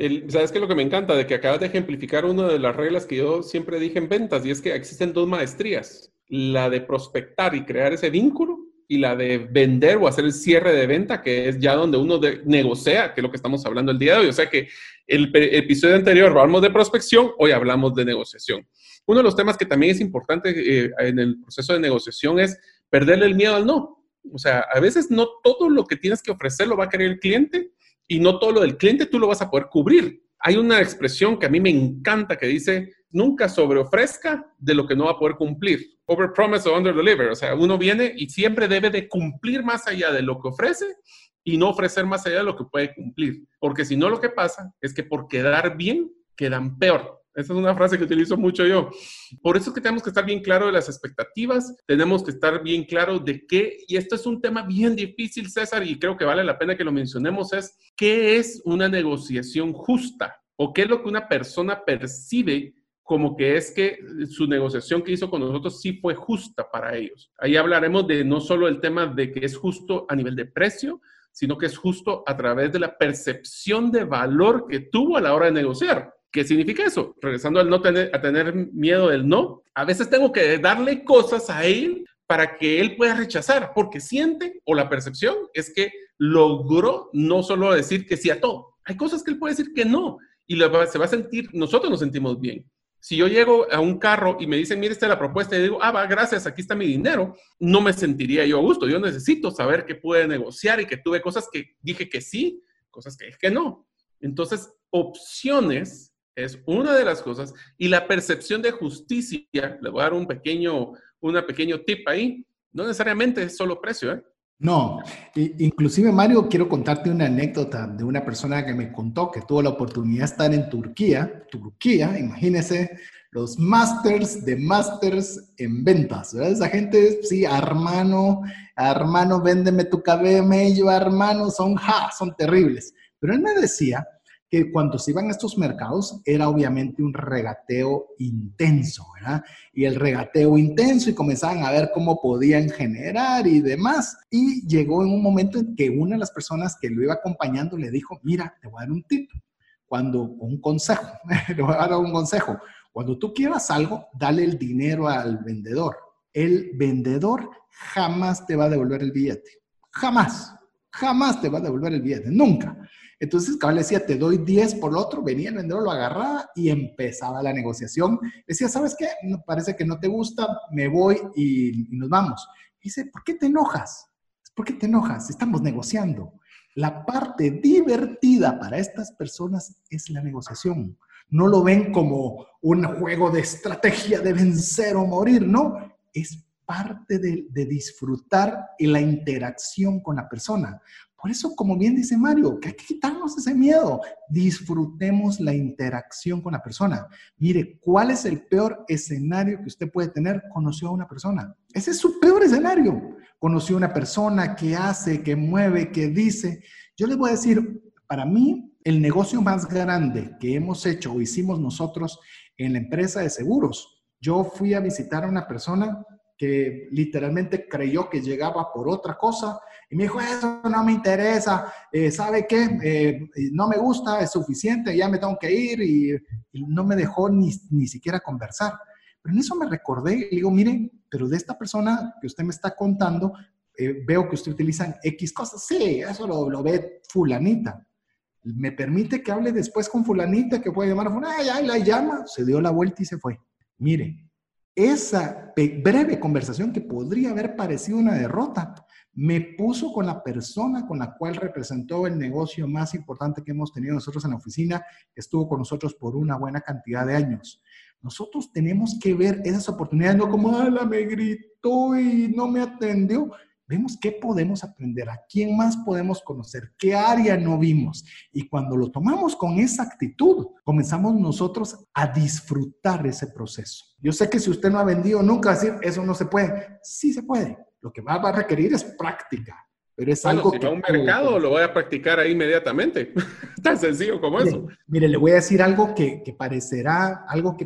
¿Sabes qué es lo que me encanta? De que acabas de ejemplificar una de las reglas que yo siempre dije en ventas, y es que existen 2 maestrías. La de prospectar y crear ese vínculo, y la de vender o hacer el cierre de venta, que es ya donde uno negocia, que es lo que estamos hablando el día de hoy. O sea que el episodio anterior hablamos de prospección, hoy hablamos de negociación. Uno de los temas que también es importante en el proceso de negociación es perderle el miedo al no. O sea, a veces no todo lo que tienes que ofrecer lo va a querer el cliente, y no todo lo del cliente tú lo vas a poder cubrir. Hay una expresión que a mí me encanta que dice, nunca sobreofrezca de lo que no va a poder cumplir. Over promise or under deliver. O sea, uno viene y siempre debe de cumplir más allá de lo que ofrece y no ofrecer más allá de lo que puede cumplir. Porque si no, lo que pasa es que por quedar bien, quedan peor. Esa es una frase que utilizo mucho yo. Por eso es que tenemos que estar bien claros de las expectativas, tenemos que estar bien claros de qué, y esto es un tema bien difícil, César, y creo que vale la pena que lo mencionemos, es qué es una negociación justa, o qué es lo que una persona percibe como que es que su negociación que hizo con nosotros sí fue justa para ellos. Ahí hablaremos de no solo el tema de que es justo a nivel de precio, sino que es justo a través de la percepción de valor que tuvo a la hora de negociar. ¿Qué significa eso? Regresando al no tener miedo del no, a veces tengo que darle cosas a él para que él pueda rechazar, porque siente, o la percepción es que logró no solo decir que sí a todo. Hay cosas que él puede decir que no, y se va a sentir, nosotros nos sentimos bien. Si yo llego a un carro y me dicen, mire, esta es la propuesta, y digo, va, gracias, aquí está mi dinero, no me sentiría yo a gusto. Yo necesito saber que pude negociar y que tuve cosas que dije que sí, cosas que dije que no. Entonces, opciones es una de las cosas, y la percepción de justicia, le voy a dar un pequeño tip ahí, no necesariamente es solo precio, ¿eh? No, inclusive Mario, quiero contarte una anécdota de una persona que me contó que tuvo la oportunidad de estar en Turquía, imagínese, los masters de masters en ventas, ¿verdad? Esa gente, sí, hermano, véndeme tu camello, hermano, son terribles. Pero él me decía que cuando se iban a estos mercados era obviamente un regateo intenso, ¿verdad? Y el regateo intenso, y comenzaban a ver cómo podían generar y demás. Y llegó en un momento en que una de las personas que lo iba acompañando le dijo, mira, te voy a dar un tip, un consejo. Cuando tú quieras algo, dale el dinero al vendedor. El vendedor jamás te va a devolver el billete. Jamás te va a devolver el billete, nunca. Entonces, cabal decía, te doy 10 por lo otro, venía el vendedor, lo agarraba y empezaba la negociación. Decía, ¿sabes qué? Parece que no te gusta, me voy y nos vamos. Dice, ¿por qué te enojas? ¿Por qué te enojas? Estamos negociando. La parte divertida para estas personas es la negociación. No lo ven como un juego de estrategia de vencer o morir, no. Es parte de disfrutar y la interacción con la persona. Por eso, como bien dice Mario, que hay que quitarnos ese miedo. Disfrutemos la interacción con la persona. Mire, ¿cuál es el peor escenario que usted puede tener? Conoció a una persona. Ese es su peor escenario. Conoció a una persona que hace, que mueve, que dice. Yo les voy a decir, para mí, el negocio más grande que hemos hecho o hicimos nosotros en la empresa de seguros. Yo fui a visitar a una persona que literalmente creyó que llegaba por otra cosa y me dijo, eso no me interesa, ¿sabe qué? No me gusta, es suficiente, ya me tengo que ir, y no me dejó ni siquiera conversar. Pero en eso me recordé y digo, miren, pero de esta persona que usted me está contando, veo que usted utiliza X cosas. Sí, eso lo ve fulanita. ¿Me permite que hable después con fulanita que puede llamar a fulanita? Ya la llama, se dio la vuelta y se fue. Mire, esa breve conversación que podría haber parecido una derrota, me puso con la persona con la cual representó el negocio más importante que hemos tenido nosotros en la oficina, que estuvo con nosotros por una buena cantidad de años. Nosotros tenemos que ver esas oportunidades, no como, me gritó y no me atendió. Vemos qué podemos aprender, a quién más podemos conocer, qué área no vimos. Y cuando lo tomamos con esa actitud, comenzamos nosotros a disfrutar ese proceso. Yo sé que si usted no ha vendido nunca, va a decir, eso no se puede. Sí se puede. Lo que va a requerir es práctica. Pero es algo si que... va a un mercado, lo voy a practicar ahí inmediatamente. Tan sencillo como eso. Mire, le voy a decir algo que parecerá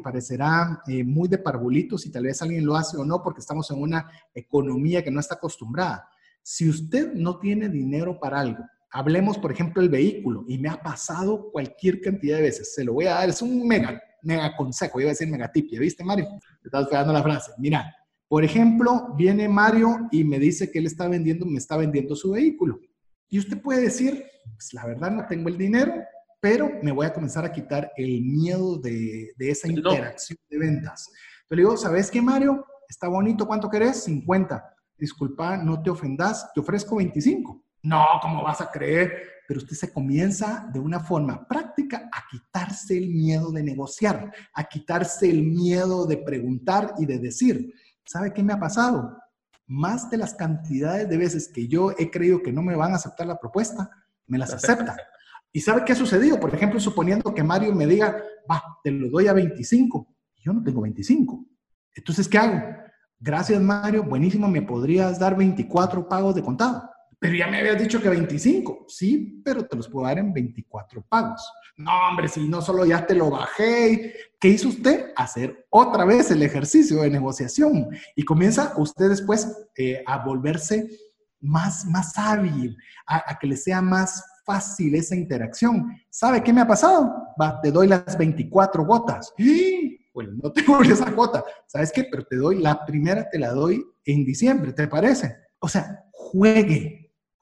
muy de parvulitos, y tal vez alguien lo hace o no, porque estamos en una economía que no está acostumbrada. Si usted no tiene dinero para algo, Hablemos, por ejemplo, del vehículo. Y me ha pasado cualquier cantidad de veces. Se lo voy a dar. Es un mega consejo. Iba a decir mega tip. ¿Ya viste, Mario? Te estás pegando la frase. Mira, por ejemplo, viene Mario y me dice que él me está vendiendo su vehículo. Y usted puede decir, pues la verdad no tengo el dinero, pero me voy a comenzar a quitar el miedo de esa interacción de ventas. Yo le digo, ¿sabes qué, Mario? Está bonito. ¿Cuánto querés? 50. Disculpa, no te ofendas. Te ofrezco 25. No, ¿cómo vas a creer? Pero usted se comienza de una forma práctica a quitarse el miedo de negociar, a quitarse el miedo de preguntar y de decir, ¿sabe qué me ha pasado? Más de las cantidades de veces que yo he creído que no me van a aceptar la propuesta, me las aceptan. ¿Y sabe qué ha sucedido? Por ejemplo, suponiendo que Mario me diga, va, te lo doy a 25. Yo no tengo 25. Entonces, ¿qué hago? Gracias, Mario. Buenísimo, ¿me podrías dar 24 pagos de contado? Pero ya me habías dicho que 25. Sí, pero te los puedo dar en 24 pagos. No, hombre, si no solo ya te lo bajé. ¿Qué hizo usted? Hacer otra vez el ejercicio de negociación. Y comienza usted después a volverse más hábil, a que le sea más fácil esa interacción. ¿Sabe qué me ha pasado? Va, te doy las 24 gotas. Bueno, no tengo esa gota. ¿Sabes qué? Pero te doy, la primera te la doy en diciembre, ¿te parece? O sea, juegue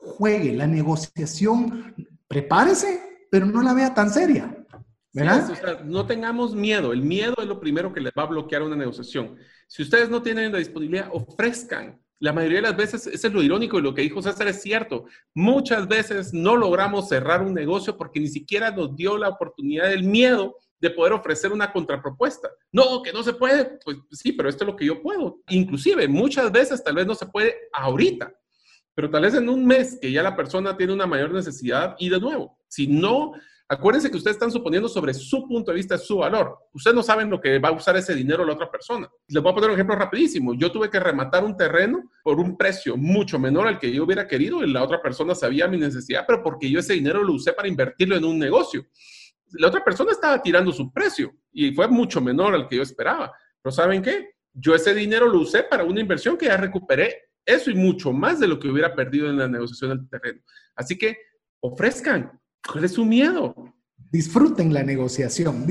la negociación, prepárese, pero no la vea tan seria, ¿verdad? Sí, o sea, no tengamos miedo. El miedo es lo primero que les va a bloquear una negociación. Si ustedes no tienen la disponibilidad, ofrezcan. La mayoría de las veces, eso es lo irónico y lo que dijo César es cierto. Muchas veces no logramos cerrar un negocio porque ni siquiera nos dio la oportunidad del miedo de poder ofrecer una contrapropuesta. No, que no se puede. Pues sí, pero esto es lo que yo puedo. Inclusive, muchas veces tal vez no se puede ahorita, pero tal vez en un mes que ya la persona tiene una mayor necesidad y de nuevo, si no, acuérdense que ustedes están suponiendo sobre su punto de vista, su valor. Ustedes no saben lo que va a usar ese dinero la otra persona. Les voy a poner un ejemplo rapidísimo. Yo tuve que rematar un terreno por un precio mucho menor al que yo hubiera querido y la otra persona sabía mi necesidad, pero porque yo ese dinero lo usé para invertirlo en un negocio. La otra persona estaba tirando su precio y fue mucho menor al que yo esperaba. Pero ¿saben qué? Yo ese dinero lo usé para una inversión que ya recuperé eso y mucho más de lo que hubiera perdido en la negociación del terreno. Así que ofrezcan. ¿Cuál es su miedo? Disfruten la negociación,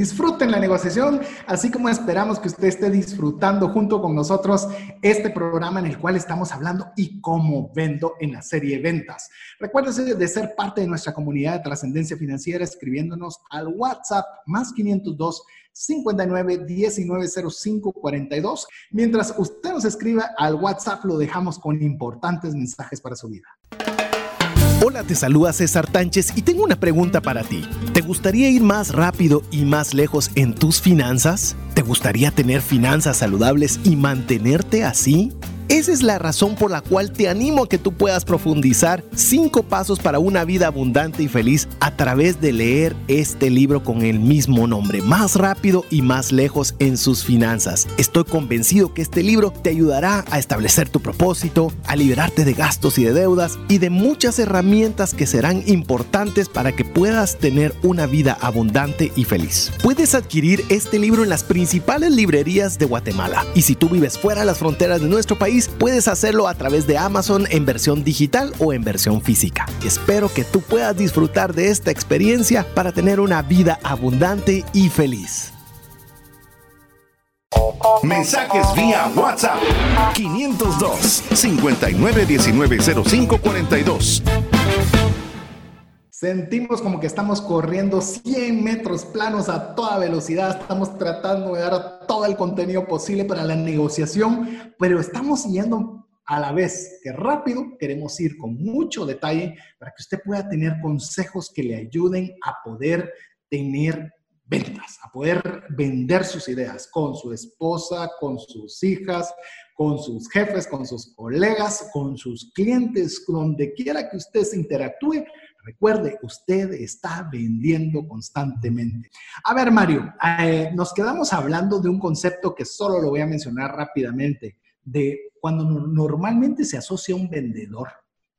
así como esperamos que usted esté disfrutando junto con nosotros este programa en el cual estamos hablando y cómo vendo en la serie Ventas. Recuérdese de ser parte de nuestra comunidad de trascendencia financiera escribiéndonos al WhatsApp más 502 59 19 05 42. Mientras usted nos escriba al WhatsApp, lo dejamos con importantes mensajes para su vida. Hola, te saluda César Tánchez y tengo una pregunta para ti. ¿Te gustaría ir más rápido y más lejos en tus finanzas? ¿Te gustaría tener finanzas saludables y mantenerte así? Esa es la razón por la cual te animo a que tú puedas profundizar 5 pasos para una vida abundante y feliz a través de leer este libro con el mismo nombre, Más rápido y más lejos en sus finanzas. Estoy convencido que este libro te ayudará a establecer tu propósito, a liberarte de gastos y de deudas y de muchas herramientas que serán importantes para que puedas tener una vida abundante y feliz. Puedes adquirir este libro en las principales librerías de Guatemala y si tú vives fuera de las fronteras de nuestro país, puedes hacerlo a través de Amazon en versión digital o en versión física. Espero que tú puedas disfrutar de esta experiencia para tener una vida abundante y feliz. Mensajes vía WhatsApp 502 59 19 05 42. Sentimos como que estamos corriendo 100 metros planos a toda velocidad. Estamos tratando de dar todo el contenido posible para la negociación, pero estamos yendo a la vez que rápido. Queremos ir con mucho detalle para que usted pueda tener consejos que le ayuden a poder tener ventas, a poder vender sus ideas con su esposa, con sus hijas, con sus jefes, con sus colegas, con sus clientes, donde quiera que usted se interactúe. Recuerde, usted está vendiendo constantemente. A ver, Mario, nos quedamos hablando de un concepto que solo lo voy a mencionar rápidamente, de cuando normalmente se asocia un vendedor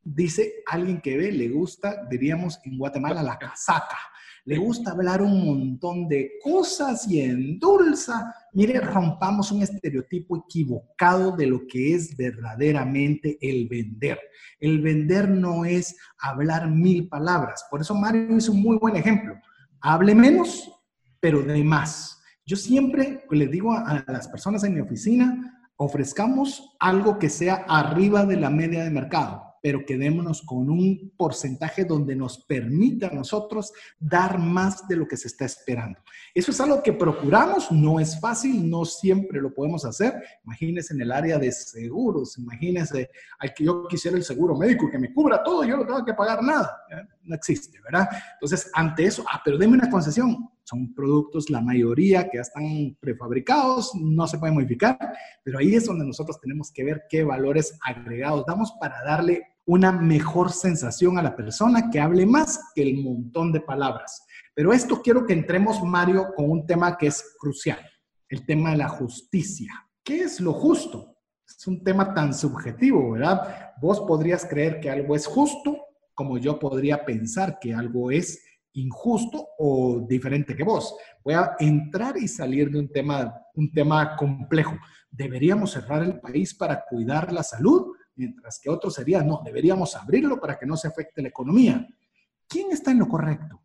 dice alguien que ve, le gusta, diríamos en Guatemala, la casaca. Le gusta hablar un montón de cosas y endulza. Mire, rompamos un estereotipo equivocado de lo que es verdaderamente el vender. El vender no es hablar 1000 palabras. Por eso Mario es un muy buen ejemplo. Hable menos, pero de más. Yo siempre les digo a las personas en mi oficina, ofrezcamos algo que sea arriba de la media de mercado, pero quedémonos con un porcentaje donde nos permita a nosotros dar más de lo que se está esperando. Eso es algo que procuramos, no es fácil, no siempre lo podemos hacer. Imagínense en el área de seguros, imagínense al que yo quisiera el seguro médico que me cubra todo, yo no tengo que pagar nada. No existe, ¿verdad? Entonces, ante eso, pero deme una concesión. Son productos, la mayoría, que ya están prefabricados, no se pueden modificar, pero ahí es donde nosotros tenemos que ver qué valores agregados damos para darle una mejor sensación a la persona que hable más que el montón de palabras. Pero esto quiero que entremos, Mario, con un tema que es crucial, el tema de la justicia. ¿Qué es lo justo? Es un tema tan subjetivo, ¿verdad? Vos podrías creer que algo es justo, como yo podría pensar que algo es injusto o diferente que vos. Voy a entrar y salir de un tema complejo. ¿Deberíamos cerrar el país para cuidar la salud? Mientras que otros serían, no, deberíamos abrirlo para que no se afecte la economía. ¿Quién está en lo correcto?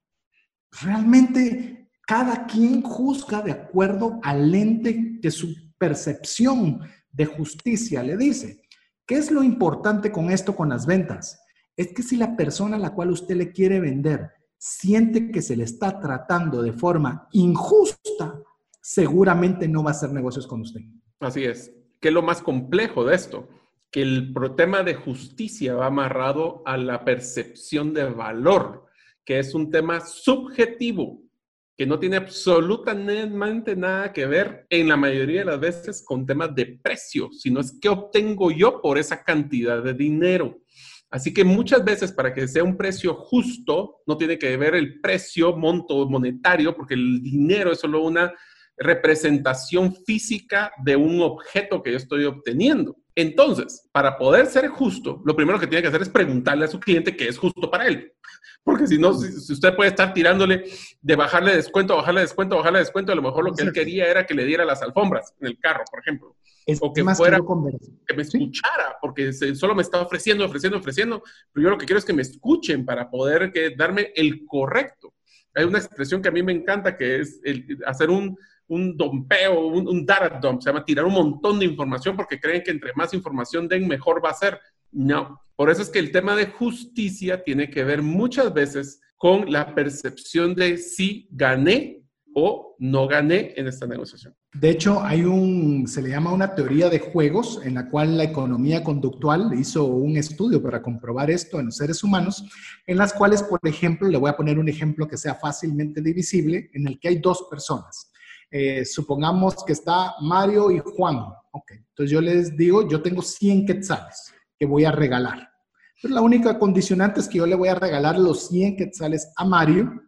Realmente cada quien juzga de acuerdo al lente que su percepción de justicia le dice. ¿Qué es lo importante con esto, con las ventas? Es que si la persona a la cual usted le quiere vender siente que se le está tratando de forma injusta, seguramente no va a hacer negocios con usted. Así es. ¿Qué es lo más complejo de esto? Que el tema de justicia va amarrado a la percepción de valor, que es un tema subjetivo, que no tiene absolutamente nada que ver en la mayoría de las veces con temas de precio, sino es qué obtengo yo por esa cantidad de dinero. Así que muchas veces para que sea un precio justo, no tiene que ver el precio, monto monetario, porque el dinero es solo una representación física de un objeto que yo estoy obteniendo. Entonces, para poder ser justo, lo primero que tiene que hacer es preguntarle a su cliente qué es justo para él. Porque si no, si usted puede estar tirándole de bajarle descuento, a lo mejor lo que él quería era que le diera las alfombras en el carro, por ejemplo. O que fuera, que me escuchara, porque solo me está ofreciendo, pero yo lo que quiero es que me escuchen para poder darme el correcto. Hay una expresión que a mí me encanta, que es hacer un dompeo, un data dump, se llama tirar un montón de información porque creen que entre más información den, mejor va a ser. No, por eso es que el tema de justicia tiene que ver muchas veces con la percepción de si gané o no gané en esta negociación. De hecho, se le llama una teoría de juegos en la cual la economía conductual hizo un estudio para comprobar esto en los seres humanos, en las cuales, por ejemplo, le voy a poner un ejemplo que sea fácilmente divisible, en el que hay dos personas. Supongamos que está Mario y Juan. Okay. Entonces yo les digo, yo tengo 100 quetzales que voy a regalar. Pero la única condicionante es que yo le voy a regalar los 100 quetzales a Mario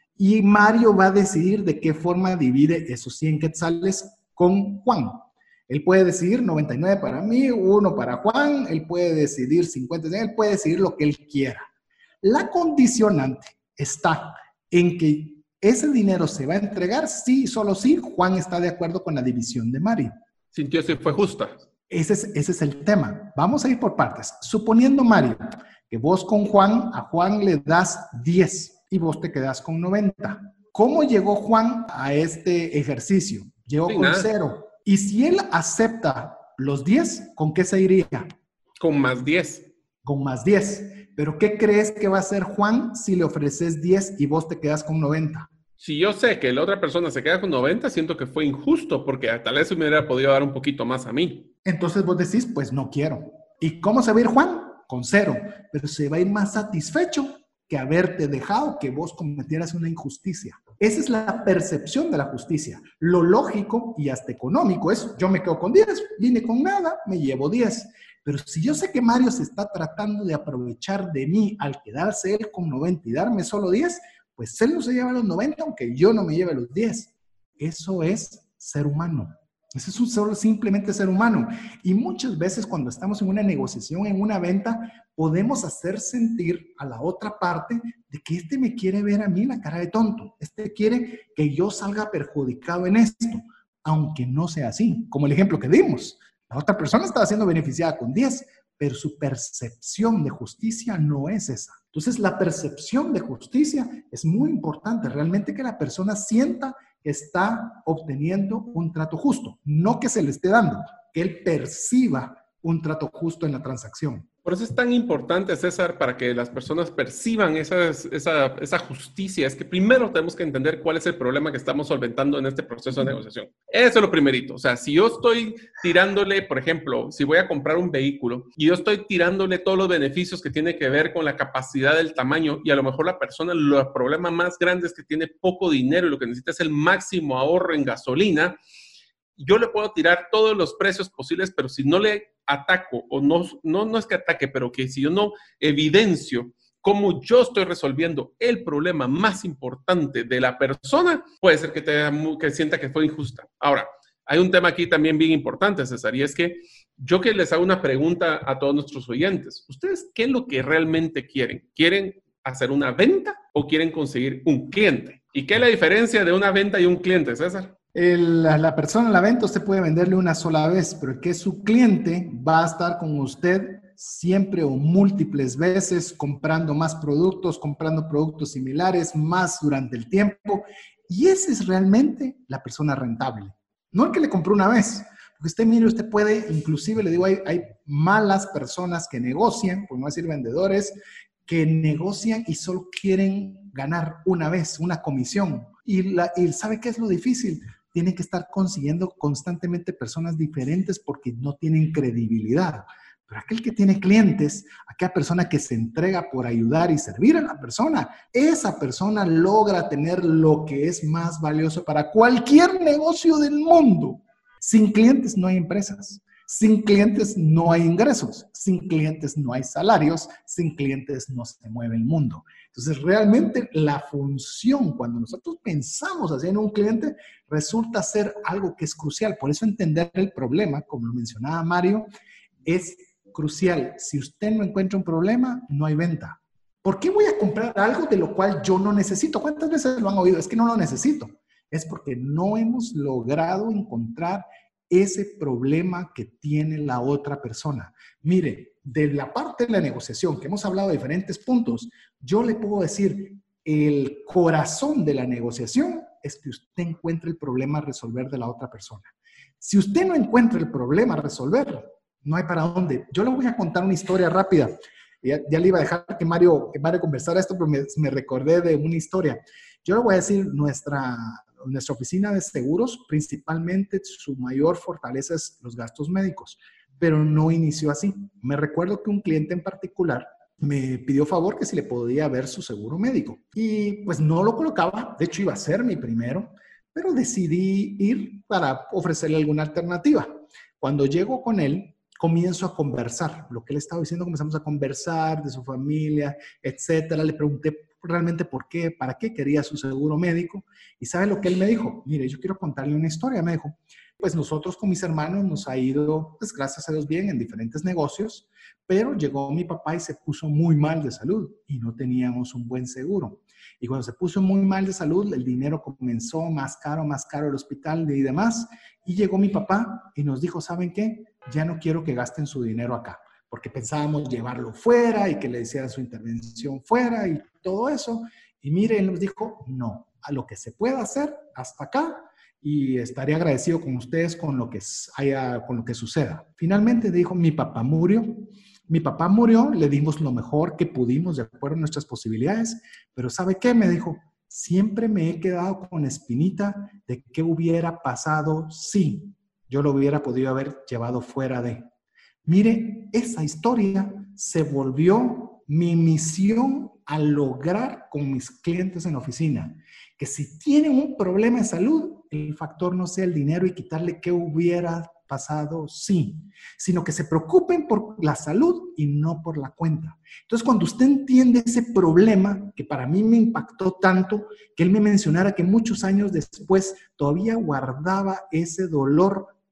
y Mario va a decidir de qué forma divide esos 100 quetzales con Juan. Él puede decidir 99 para mí, 1 para Juan, él puede decidir 50, él puede decidir lo que él quiera. La condicionante está en que ese dinero se va a entregar sí, solo si Juan está de acuerdo con la división de Mario. Sintió si fue justa. Ese es el tema. Vamos a ir por partes. Suponiendo, Mario, que vos con Juan, a Juan le das 10 y vos te quedás con 90. ¿Cómo llegó Juan a este ejercicio? Llegó con 0. Y si él acepta los 10, ¿con qué se iría? Con más 10. Con más 10. Pero ¿qué crees que va a hacer Juan si le ofreces 10 y vos te quedas con 90? Si yo sé que la otra persona se queda con 90, siento que fue injusto porque tal vez me hubiera podido dar un poquito más a mí. Entonces vos decís, pues no quiero. ¿Y cómo se va a ir Juan? Con 0. Pero se va a ir más satisfecho que haberte dejado que vos cometieras una injusticia. Esa es la percepción de la justicia. Lo lógico y hasta económico es, yo me quedo con 10, vine con nada, me llevo 10. Pero si yo sé que Mario se está tratando de aprovechar de mí al quedarse él con 90 y darme solo 10, pues él no se lleva los 90 aunque yo no me lleve los 10. Eso es ser humano. Ese es solo simplemente ser humano. Y muchas veces cuando estamos en una negociación, en una venta, podemos hacer sentir a la otra parte de que este me quiere ver a mí la cara de tonto. Este quiere que yo salga perjudicado en esto, aunque no sea así. Como el ejemplo que dimos. La otra persona estaba siendo beneficiada con 10, pero su percepción de justicia no es esa. Entonces, la percepción de justicia es muy importante. Realmente que la persona sienta que está obteniendo un trato justo. No que se le esté dando, que él perciba un trato justo en la transacción. Por eso es tan importante, César, para que las personas perciban esa justicia. Es que primero tenemos que entender cuál es el problema que estamos solventando en este proceso de negociación. Eso es lo primerito. O sea, si yo estoy tirándole, por ejemplo, si voy a comprar un vehículo y yo estoy tirándole todos los beneficios que tiene que ver con la capacidad del tamaño y a lo mejor la persona, el problema más grande es que tiene poco dinero y lo que necesita es el máximo ahorro en gasolina, yo le puedo tirar todos los precios posibles, pero si no le ataco, o no es que ataque, pero que si yo no evidencio cómo yo estoy resolviendo el problema más importante de la persona, puede ser que sienta que fue injusta. Ahora, hay un tema aquí también bien importante, César, y es que yo que les hago una pregunta a todos nuestros oyentes. ¿Ustedes qué es lo que realmente quieren? ¿Quieren hacer una venta o quieren conseguir un cliente? ¿Y qué es la diferencia de una venta y un cliente, César? La persona en la venta usted puede venderle una sola vez, pero el que es su cliente va a estar con usted siempre o múltiples veces comprando más productos, comprando productos similares, más durante el tiempo. Y esa es realmente la persona rentable. No el que le compró una vez. Porque usted mire, usted puede, inclusive le digo, hay malas personas que negocian, por no decir vendedores, que negocian y solo quieren ganar una vez, una comisión. Y ¿sabe qué es lo difícil? Tienen que estar consiguiendo constantemente personas diferentes porque no tienen credibilidad. Pero aquel que tiene clientes, aquella persona que se entrega por ayudar y servir a la persona, esa persona logra tener lo que es más valioso para cualquier negocio del mundo. Sin clientes no hay empresas. Sin clientes no hay ingresos, sin clientes no hay salarios, sin clientes no se mueve el mundo. Entonces, realmente la función, cuando nosotros pensamos así en un cliente, resulta ser algo que es crucial. Por eso entender el problema, como lo mencionaba Mario, es crucial. Si usted no encuentra un problema, no hay venta. ¿Por qué voy a comprar algo de lo cual yo no necesito? ¿Cuántas veces lo han oído? Es que no lo necesito. Es porque no hemos logrado encontrar ese problema que tiene la otra persona. Mire, de la parte de la negociación, que hemos hablado de diferentes puntos, yo le puedo decir, el corazón de la negociación es que usted encuentre el problema a resolver de la otra persona. Si usted no encuentra el problema a resolver, no hay para dónde. Yo le voy a contar una historia rápida. Ya le iba a dejar que Mario conversara esto, pero me recordé de una historia. Yo le voy a decir, nuestra oficina de seguros, principalmente su mayor fortaleza es los gastos médicos, pero no inició así. Me recuerdo que un cliente en particular me pidió favor que si le podía ver su seguro médico y pues no lo colocaba. De hecho, iba a ser mi primero, pero decidí ir para ofrecerle alguna alternativa. Cuando llego con él, comienzo a conversar. Lo que él estaba diciendo, comenzamos a conversar de su familia, etcétera. Le pregunté realmente por qué, para qué quería su seguro médico. ¿Y sabe lo que él me dijo? Mire, yo quiero contarle una historia. Me dijo, pues nosotros con mis hermanos nos ha ido, pues gracias a Dios, bien en diferentes negocios, pero llegó mi papá y se puso muy mal de salud y no teníamos un buen seguro. Y cuando se puso muy mal de salud, el dinero comenzó más caro el hospital y demás. Y llegó mi papá y nos dijo, ¿saben qué? Ya no quiero que gasten su dinero acá, porque pensábamos llevarlo fuera y que le hicieran su intervención fuera y todo eso. Y mire, él nos dijo, no, a lo que se pueda hacer hasta acá y estaré agradecido con ustedes con lo que suceda. Finalmente dijo, mi papá murió, le dimos lo mejor que pudimos de acuerdo a nuestras posibilidades, pero ¿sabe qué? Me dijo, siempre me he quedado con la espinita de qué hubiera pasado si yo lo hubiera podido haber llevado fuera de. Mire, esa historia se volvió mi misión a lograr con mis clientes en la oficina. Que si tienen un problema de salud, el factor no sea el dinero y quitarle qué hubiera pasado sí, sino que se preocupen por la salud y no por la cuenta. Entonces, cuando usted entiende ese problema, que para mí me impactó tanto, que él me mencionara que muchos años después todavía guardaba ese dolor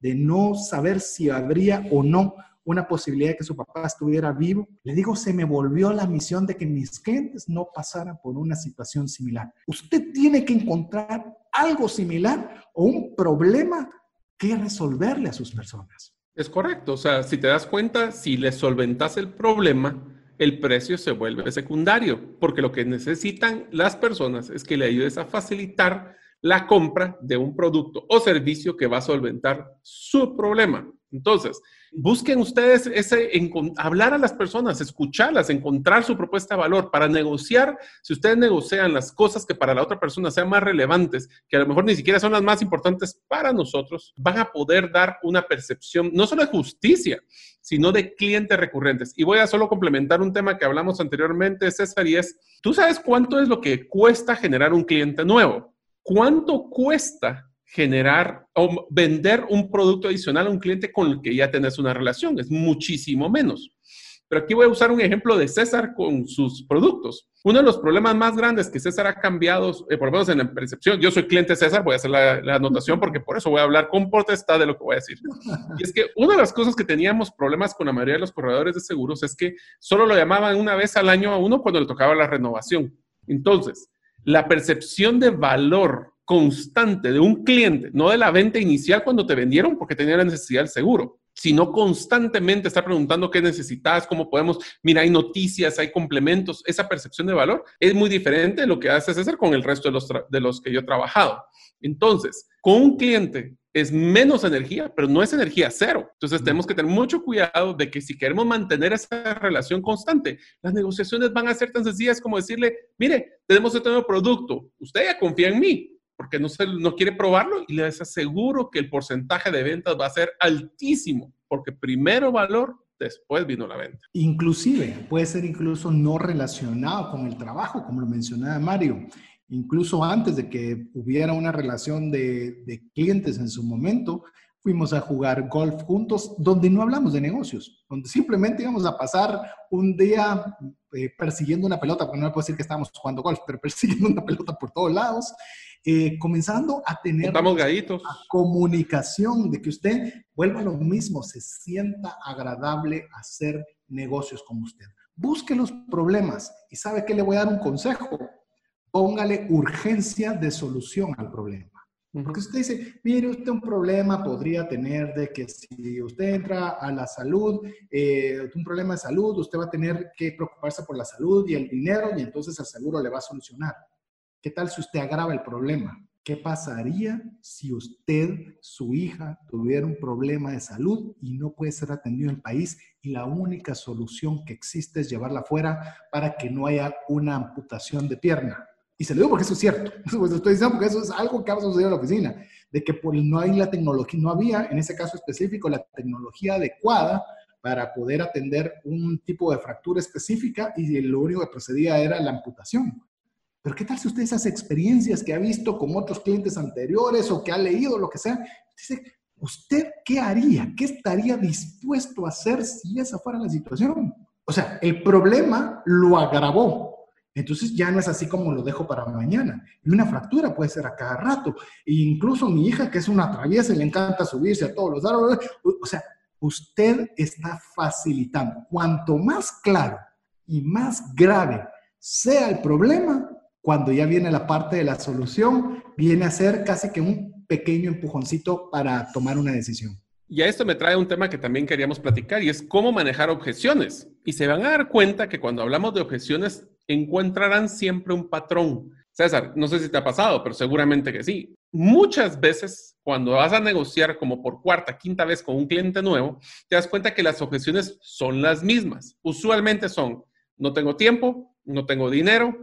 de no saber si habría o no una posibilidad de que su papá estuviera vivo, le digo, se me volvió la misión de que mis clientes no pasaran por una situación similar. Usted tiene que encontrar algo similar o un problema que resolverle a sus personas. Es correcto. O sea, si te das cuenta, si le solventas el problema, el precio se vuelve secundario, porque lo que necesitan las personas es que le ayudes a facilitar la compra de un producto o servicio que va a solventar su problema. Entonces, busquen ustedes hablar a las personas, escucharlas, encontrar su propuesta de valor para negociar. Si ustedes negocian las cosas que para la otra persona sean más relevantes, que a lo mejor ni siquiera son las más importantes para nosotros, van a poder dar una percepción no solo de justicia, sino de clientes recurrentes. Y voy a solo complementar un tema que hablamos anteriormente, César, y es, ¿tú sabes cuánto es lo que cuesta generar un cliente nuevo? ¿Cuánto cuesta generar o vender un producto adicional a un cliente con el que ya tenés una relación? Es muchísimo menos. Pero aquí voy a usar un ejemplo de César con sus productos. Uno de los problemas más grandes que César ha cambiado, por lo menos en la percepción, yo soy cliente de César, voy a hacer la anotación porque por eso voy a hablar con potestad de lo que voy a decir. Y es que una de las cosas que teníamos problemas con la mayoría de los corredores de seguros es que solo lo llamaban una vez al año a uno cuando le tocaba la renovación. Entonces, la percepción de valor constante de un cliente, no de la venta inicial cuando te vendieron porque tenía la necesidad del seguro, sino constantemente estar preguntando qué necesitas, cómo podemos, mira, hay noticias, hay complementos, esa percepción de valor es muy diferente de lo que hace César con el resto de los que yo he trabajado. Entonces, con un cliente es menos energía, pero no es energía cero. Entonces, tenemos que tener mucho cuidado de que si queremos mantener esa relación constante, las negociaciones van a ser tan sencillas como decirle, mire, tenemos este nuevo producto, usted ya confía en mí, porque no quiere probarlo y les aseguro que el porcentaje de ventas va a ser altísimo, porque primero valor, después vino la venta. Inclusive, puede ser incluso no relacionado con el trabajo, como lo mencionaba Mario. Incluso antes de que hubiera una relación de clientes en su momento, fuimos a jugar golf juntos, donde no hablamos de negocios, donde simplemente íbamos a pasar un día persiguiendo una pelota, porque no le puedo decir que estábamos jugando golf, pero persiguiendo una pelota por todos lados, comenzando a tener comunicación de que usted vuelva a lo mismo, se sienta agradable hacer negocios con usted. Busque los problemas y ¿sabe qué? Le voy a dar un consejo. Póngale urgencia de solución al problema. Porque usted dice, mire, usted un problema podría tener de que si usted entra a la salud, un problema de salud, usted va a tener que preocuparse por la salud y el dinero y entonces el seguro le va a solucionar. ¿Qué tal si usted agrava el problema? ¿Qué pasaría si usted, su hija, tuviera un problema de salud y no puede ser atendido en el país y la única solución que existe es llevarla afuera para que no haya una amputación de pierna? Y se lo digo porque eso es cierto. Pues lo estoy diciendo porque eso es algo que ha sucedido en la oficina. De que no hay la tecnología, no había en ese caso específico la tecnología adecuada para poder atender un tipo de fractura específica y lo único que procedía era la amputación. Pero ¿qué tal si usted esas experiencias que ha visto con otros clientes anteriores o que ha leído, lo que sea, dice, ¿usted qué haría? ¿Qué estaría dispuesto a hacer si esa fuera la situación? O sea, el problema lo agravó. Entonces ya no es así como lo dejo para mañana. Y una fractura puede ser a cada rato. E incluso mi hija, que es una traviesa y le encanta subirse a todos los árboles, o sea, usted está facilitando. Cuanto más claro y más grave sea el problema, cuando ya viene la parte de la solución, viene a ser casi que un pequeño empujoncito para tomar una decisión. Y a esto me trae un tema que también queríamos platicar y es cómo manejar objeciones. Y se van a dar cuenta que cuando hablamos de objeciones encontrarán siempre un patrón. César, no sé si te ha pasado, pero seguramente que sí. Muchas veces cuando vas a negociar como por cuarta, quinta vez con un cliente nuevo, te das cuenta que las objeciones son las mismas. Usualmente son, no tengo tiempo, no tengo dinero,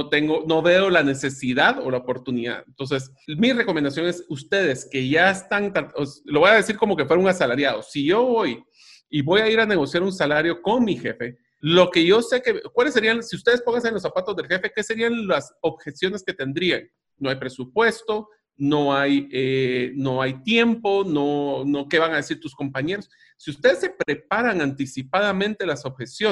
no veo la necesidad o la oportunidad. Entonces, mi recomendación es ustedes que ya están, lo voy a decir como que fuera un asalariado. Si yo voy y voy a ir a negociar un salario con mi jefe, lo que yo sé que, ¿cuáles serían, si ustedes pónganse en los zapatos del jefe, qué serían las objeciones que tendrían? No hay presupuesto, no hay tiempo, ¿qué van a decir tus compañeros? Si ustedes se preparan anticipadamente las objeciones,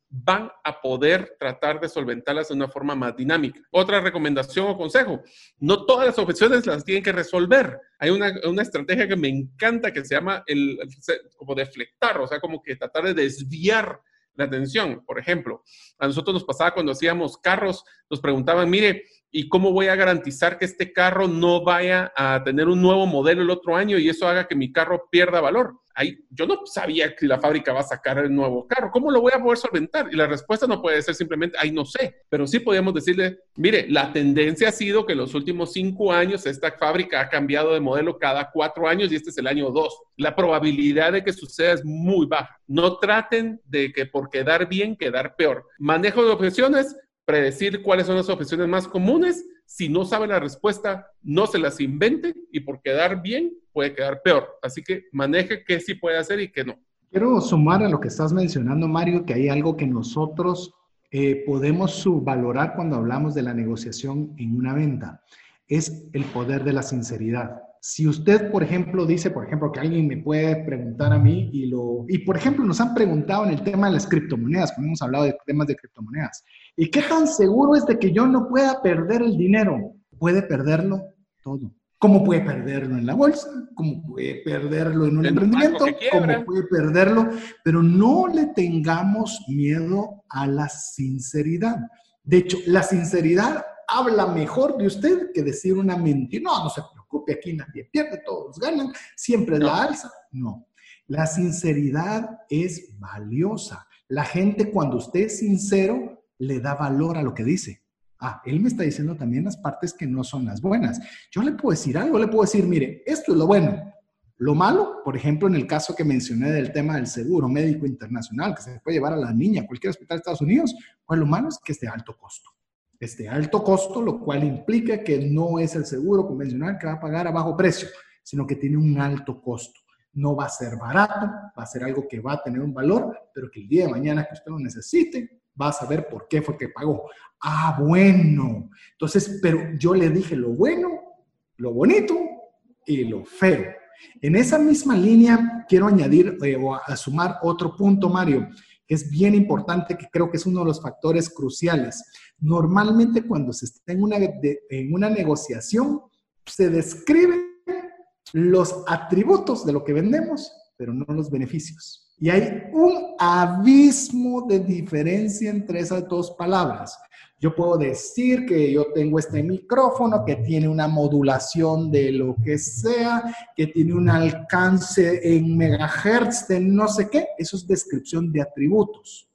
van a poder tratar de solventarlas de una forma más dinámica. Otra recomendación o consejo, no todas las objeciones las tienen que resolver. Hay una estrategia que me encanta que se llama como deflectar, o sea, como que tratar de desviar la atención. Por ejemplo, a nosotros nos pasaba cuando hacíamos carros, nos preguntaban, mire, ¿y cómo voy a garantizar que este carro no vaya a tener un nuevo modelo el otro año y eso haga que mi carro pierda valor? Yo no sabía que la fábrica va a sacar el nuevo carro. ¿Cómo lo voy a poder solventar? Y la respuesta no puede ser simplemente, no sé. Pero sí podemos decirle, mire, la tendencia ha sido que en los últimos 5 años esta fábrica ha cambiado de modelo cada 4 años y este es el año 2. La probabilidad de que suceda es muy baja. No traten de que por quedar bien, quedar peor. Manejo de objeciones, predecir cuáles son las objeciones más comunes. Si no sabe la respuesta, no se las invente y por quedar bien puede quedar peor. Así que maneje qué sí puede hacer y qué no. Quiero sumar a lo que estás mencionando, Mario, que hay algo que nosotros podemos subvalorar cuando hablamos de la negociación en una venta. Es el poder de la sinceridad. Si usted, por ejemplo, dice, que alguien me puede preguntar a mí y por ejemplo, nos han preguntado en el tema de las criptomonedas, cuando hemos hablado de temas de criptomonedas. ¿Y qué tan seguro es de que yo no pueda perder el dinero? Puede perderlo todo. ¿Cómo puede perderlo en la bolsa? ¿Cómo puede perderlo en un emprendimiento? ¿Cómo puede perderlo? Pero no le tengamos miedo a la sinceridad. De hecho, la sinceridad habla mejor de usted que decir una mentira. No se preocupe, aquí nadie pierde, todos ganan, siempre es la alza. No, la sinceridad es valiosa. La gente, cuando usted es sincero, le da valor a lo que dice. Él me está diciendo también las partes que no son las buenas. Yo le puedo decir algo, le puedo decir, mire, esto es lo bueno. Lo malo, por ejemplo, en el caso que mencioné del tema del seguro médico internacional, que se puede llevar a la niña a cualquier hospital de Estados Unidos, pues lo malo es que es de alto costo. Es de alto costo, lo cual implica que no es el seguro convencional que va a pagar a bajo precio, sino que tiene un alto costo. No va a ser barato, va a ser algo que va a tener un valor, pero que el día de mañana que usted lo necesite, va a saber por qué fue que pagó. Bueno. Entonces, pero yo le dije lo bueno, lo bonito y lo feo. En esa misma línea quiero añadir o sumar otro punto, Mario, que es bien importante, que creo que es uno de los factores cruciales. Normalmente cuando se está en una negociación, se describen los atributos de lo que vendemos, pero no los beneficios. Y hay un abismo de diferencia entre esas dos palabras. Yo puedo decir que yo tengo este micrófono que tiene una modulación de lo que sea, que tiene un alcance en megahertz de no sé qué. Eso es descripción de atributos.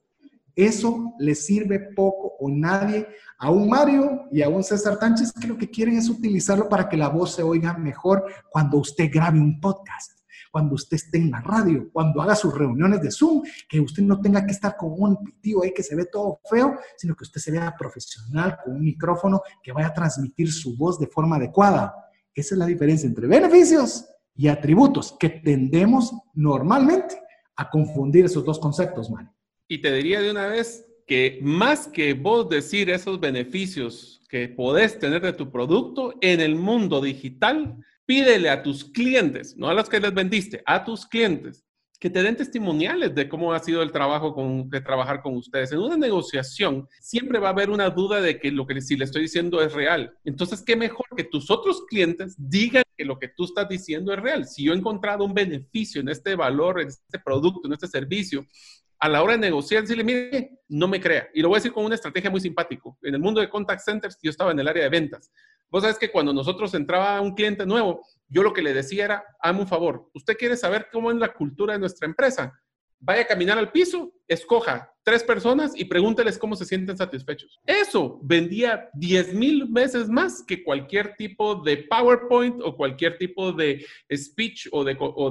Eso le sirve poco o nadie a un Mario y a un César Tánchez, que lo que quieren es utilizarlo para que la voz se oiga mejor cuando usted grabe un podcast, cuando usted esté en la radio, cuando haga sus reuniones de Zoom, que usted no tenga que estar con un pitido ahí que se ve todo feo, sino que usted se vea profesional con un micrófono que vaya a transmitir su voz de forma adecuada. Esa es la diferencia entre beneficios y atributos, que tendemos normalmente a confundir esos dos conceptos, Mario. Y te diría de una vez que más que vos decir esos beneficios que podés tener de tu producto en el mundo digital, pídele a tus clientes, no a los que les vendiste, a tus clientes, que te den testimoniales de cómo ha sido el trabajo de trabajar con ustedes. En una negociación siempre va a haber una duda de que si le estoy diciendo es real. Entonces, ¿qué mejor que tus otros clientes digan que lo que tú estás diciendo es real? Si yo he encontrado un beneficio en este valor, en este producto, en este servicio, a la hora de negociar, decirle, mire, no me crea. Y lo voy a decir con una estrategia muy simpático. En el mundo de contact centers, yo estaba en el área de ventas. Vos sabes que cuando nosotros entraba un cliente nuevo, yo lo que le decía era, hazme un favor, ¿usted quiere saber cómo es la cultura de nuestra empresa? Vaya a caminar al piso, escoja 3 personas y pregúnteles cómo se sienten satisfechos. Eso vendía 10,000 veces más que cualquier tipo de PowerPoint o cualquier tipo de speech o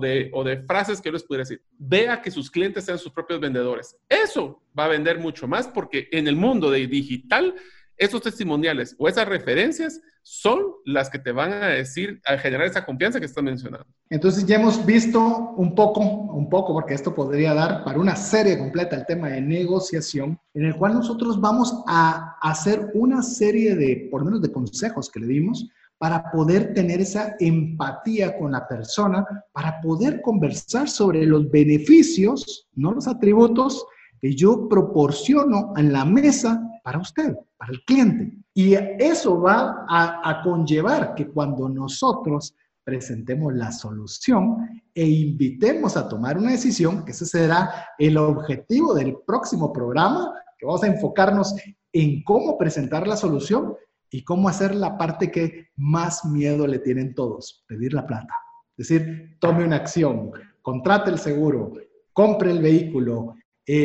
de frases que yo les pudiera decir. Vea que sus clientes sean sus propios vendedores. Eso va a vender mucho más porque en el mundo de digital, esos testimoniales o esas referencias son las que te van a decir, a generar esa confianza que estás mencionando. Entonces ya hemos visto un poco, porque esto podría dar para una serie completa el tema de negociación, en el cual nosotros vamos a hacer una serie de, por lo menos de consejos que le dimos, para poder tener esa empatía con la persona, para poder conversar sobre los beneficios, no los atributos, que yo proporciono en la mesa para usted, para el cliente. Y eso va a conllevar que cuando nosotros presentemos la solución e invitemos a tomar una decisión, que ese será el objetivo del próximo programa, que vamos a enfocarnos en cómo presentar la solución y cómo hacer la parte que más miedo le tienen todos, pedir la plata. Es decir, tome una acción, contrate el seguro, compre el vehículo,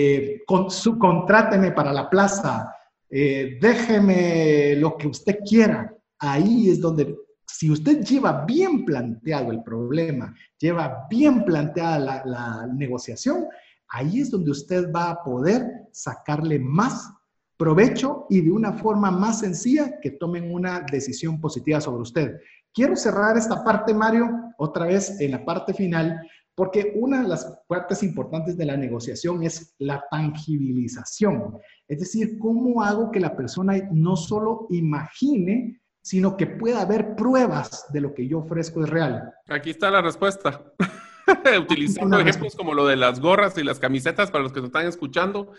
contráteme para la plaza, déjeme lo que usted quiera. Ahí es donde, si usted lleva bien planteado el problema, lleva bien planteada la negociación, ahí es donde usted va a poder sacarle más provecho y de una forma más sencilla que tomen una decisión positiva sobre usted. Quiero cerrar esta parte, Mario, otra vez en la parte final, porque una de las partes importantes de la negociación es la tangibilización. Es decir, cómo hago que la persona no solo imagine, sino que pueda haber pruebas de lo que yo ofrezco es real. Aquí está la respuesta. Utilizando ejemplos como lo de las gorras y las camisetas para los que nos están escuchando,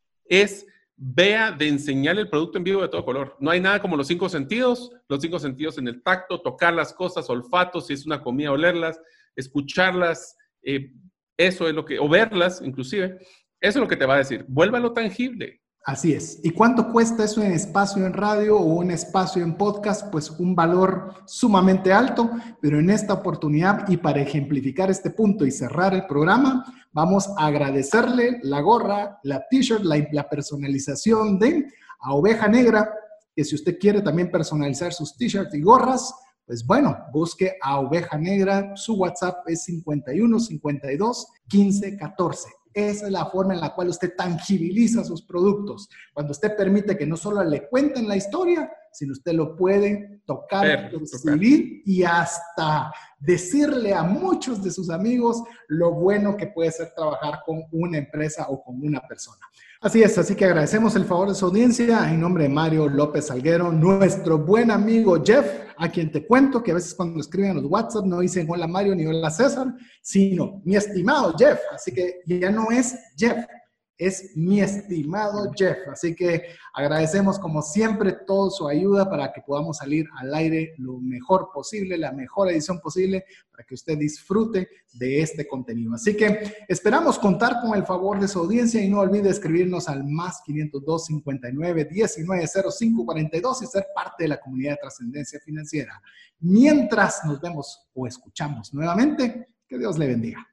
vea de enseñar el producto en vivo de todo color. No hay nada como los 5 sentidos en el tacto, tocar las cosas, olfato, si es una comida, olerlas, escucharlas, eso es lo que, o verlas inclusive, eso es lo que te va a decir. Vuélvalo tangible. Así es. ¿Y cuánto cuesta eso en espacio en radio o un espacio en podcast? Pues un valor sumamente alto, pero en esta oportunidad y para ejemplificar este punto y cerrar el programa, vamos a agradecerle la gorra, la t-shirt, la personalización de a Oveja Negra, que si usted quiere también personalizar sus t-shirts y gorras, pues bueno, busque a Oveja Negra, su WhatsApp es 51 52 15 14. Esa es la forma en la cual usted tangibiliza sus productos. Cuando usted permite que no solo le cuenten la historia, sino usted lo puede tocar, percibir y hasta decirle a muchos de sus amigos lo bueno que puede ser trabajar con una empresa o con una persona. Así es, así que agradecemos el favor de su audiencia en nombre de Mario López Salguero, nuestro buen amigo Jeff, a quien te cuento que a veces cuando escriben en los WhatsApp no dicen hola Mario ni hola César, sino mi estimado Jeff, así que ya no es Jeff, es mi estimado Jeff, así que agradecemos como siempre toda su ayuda para que podamos salir al aire lo mejor posible, la mejor edición posible, para que usted disfrute de este contenido. Así que esperamos contar con el favor de su audiencia y no olvide escribirnos al más 502 59 19 05 42 y ser parte de la comunidad de Trascendencia Financiera. Mientras nos vemos o escuchamos nuevamente, que Dios le bendiga.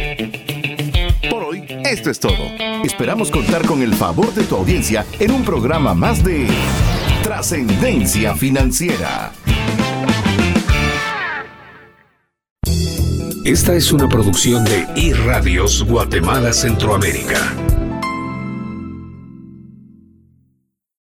Por hoy, esto es todo. Esperamos contar con el favor de tu audiencia en un programa más de Trascendencia Financiera. Esta es una producción de iRadios Guatemala Centroamérica.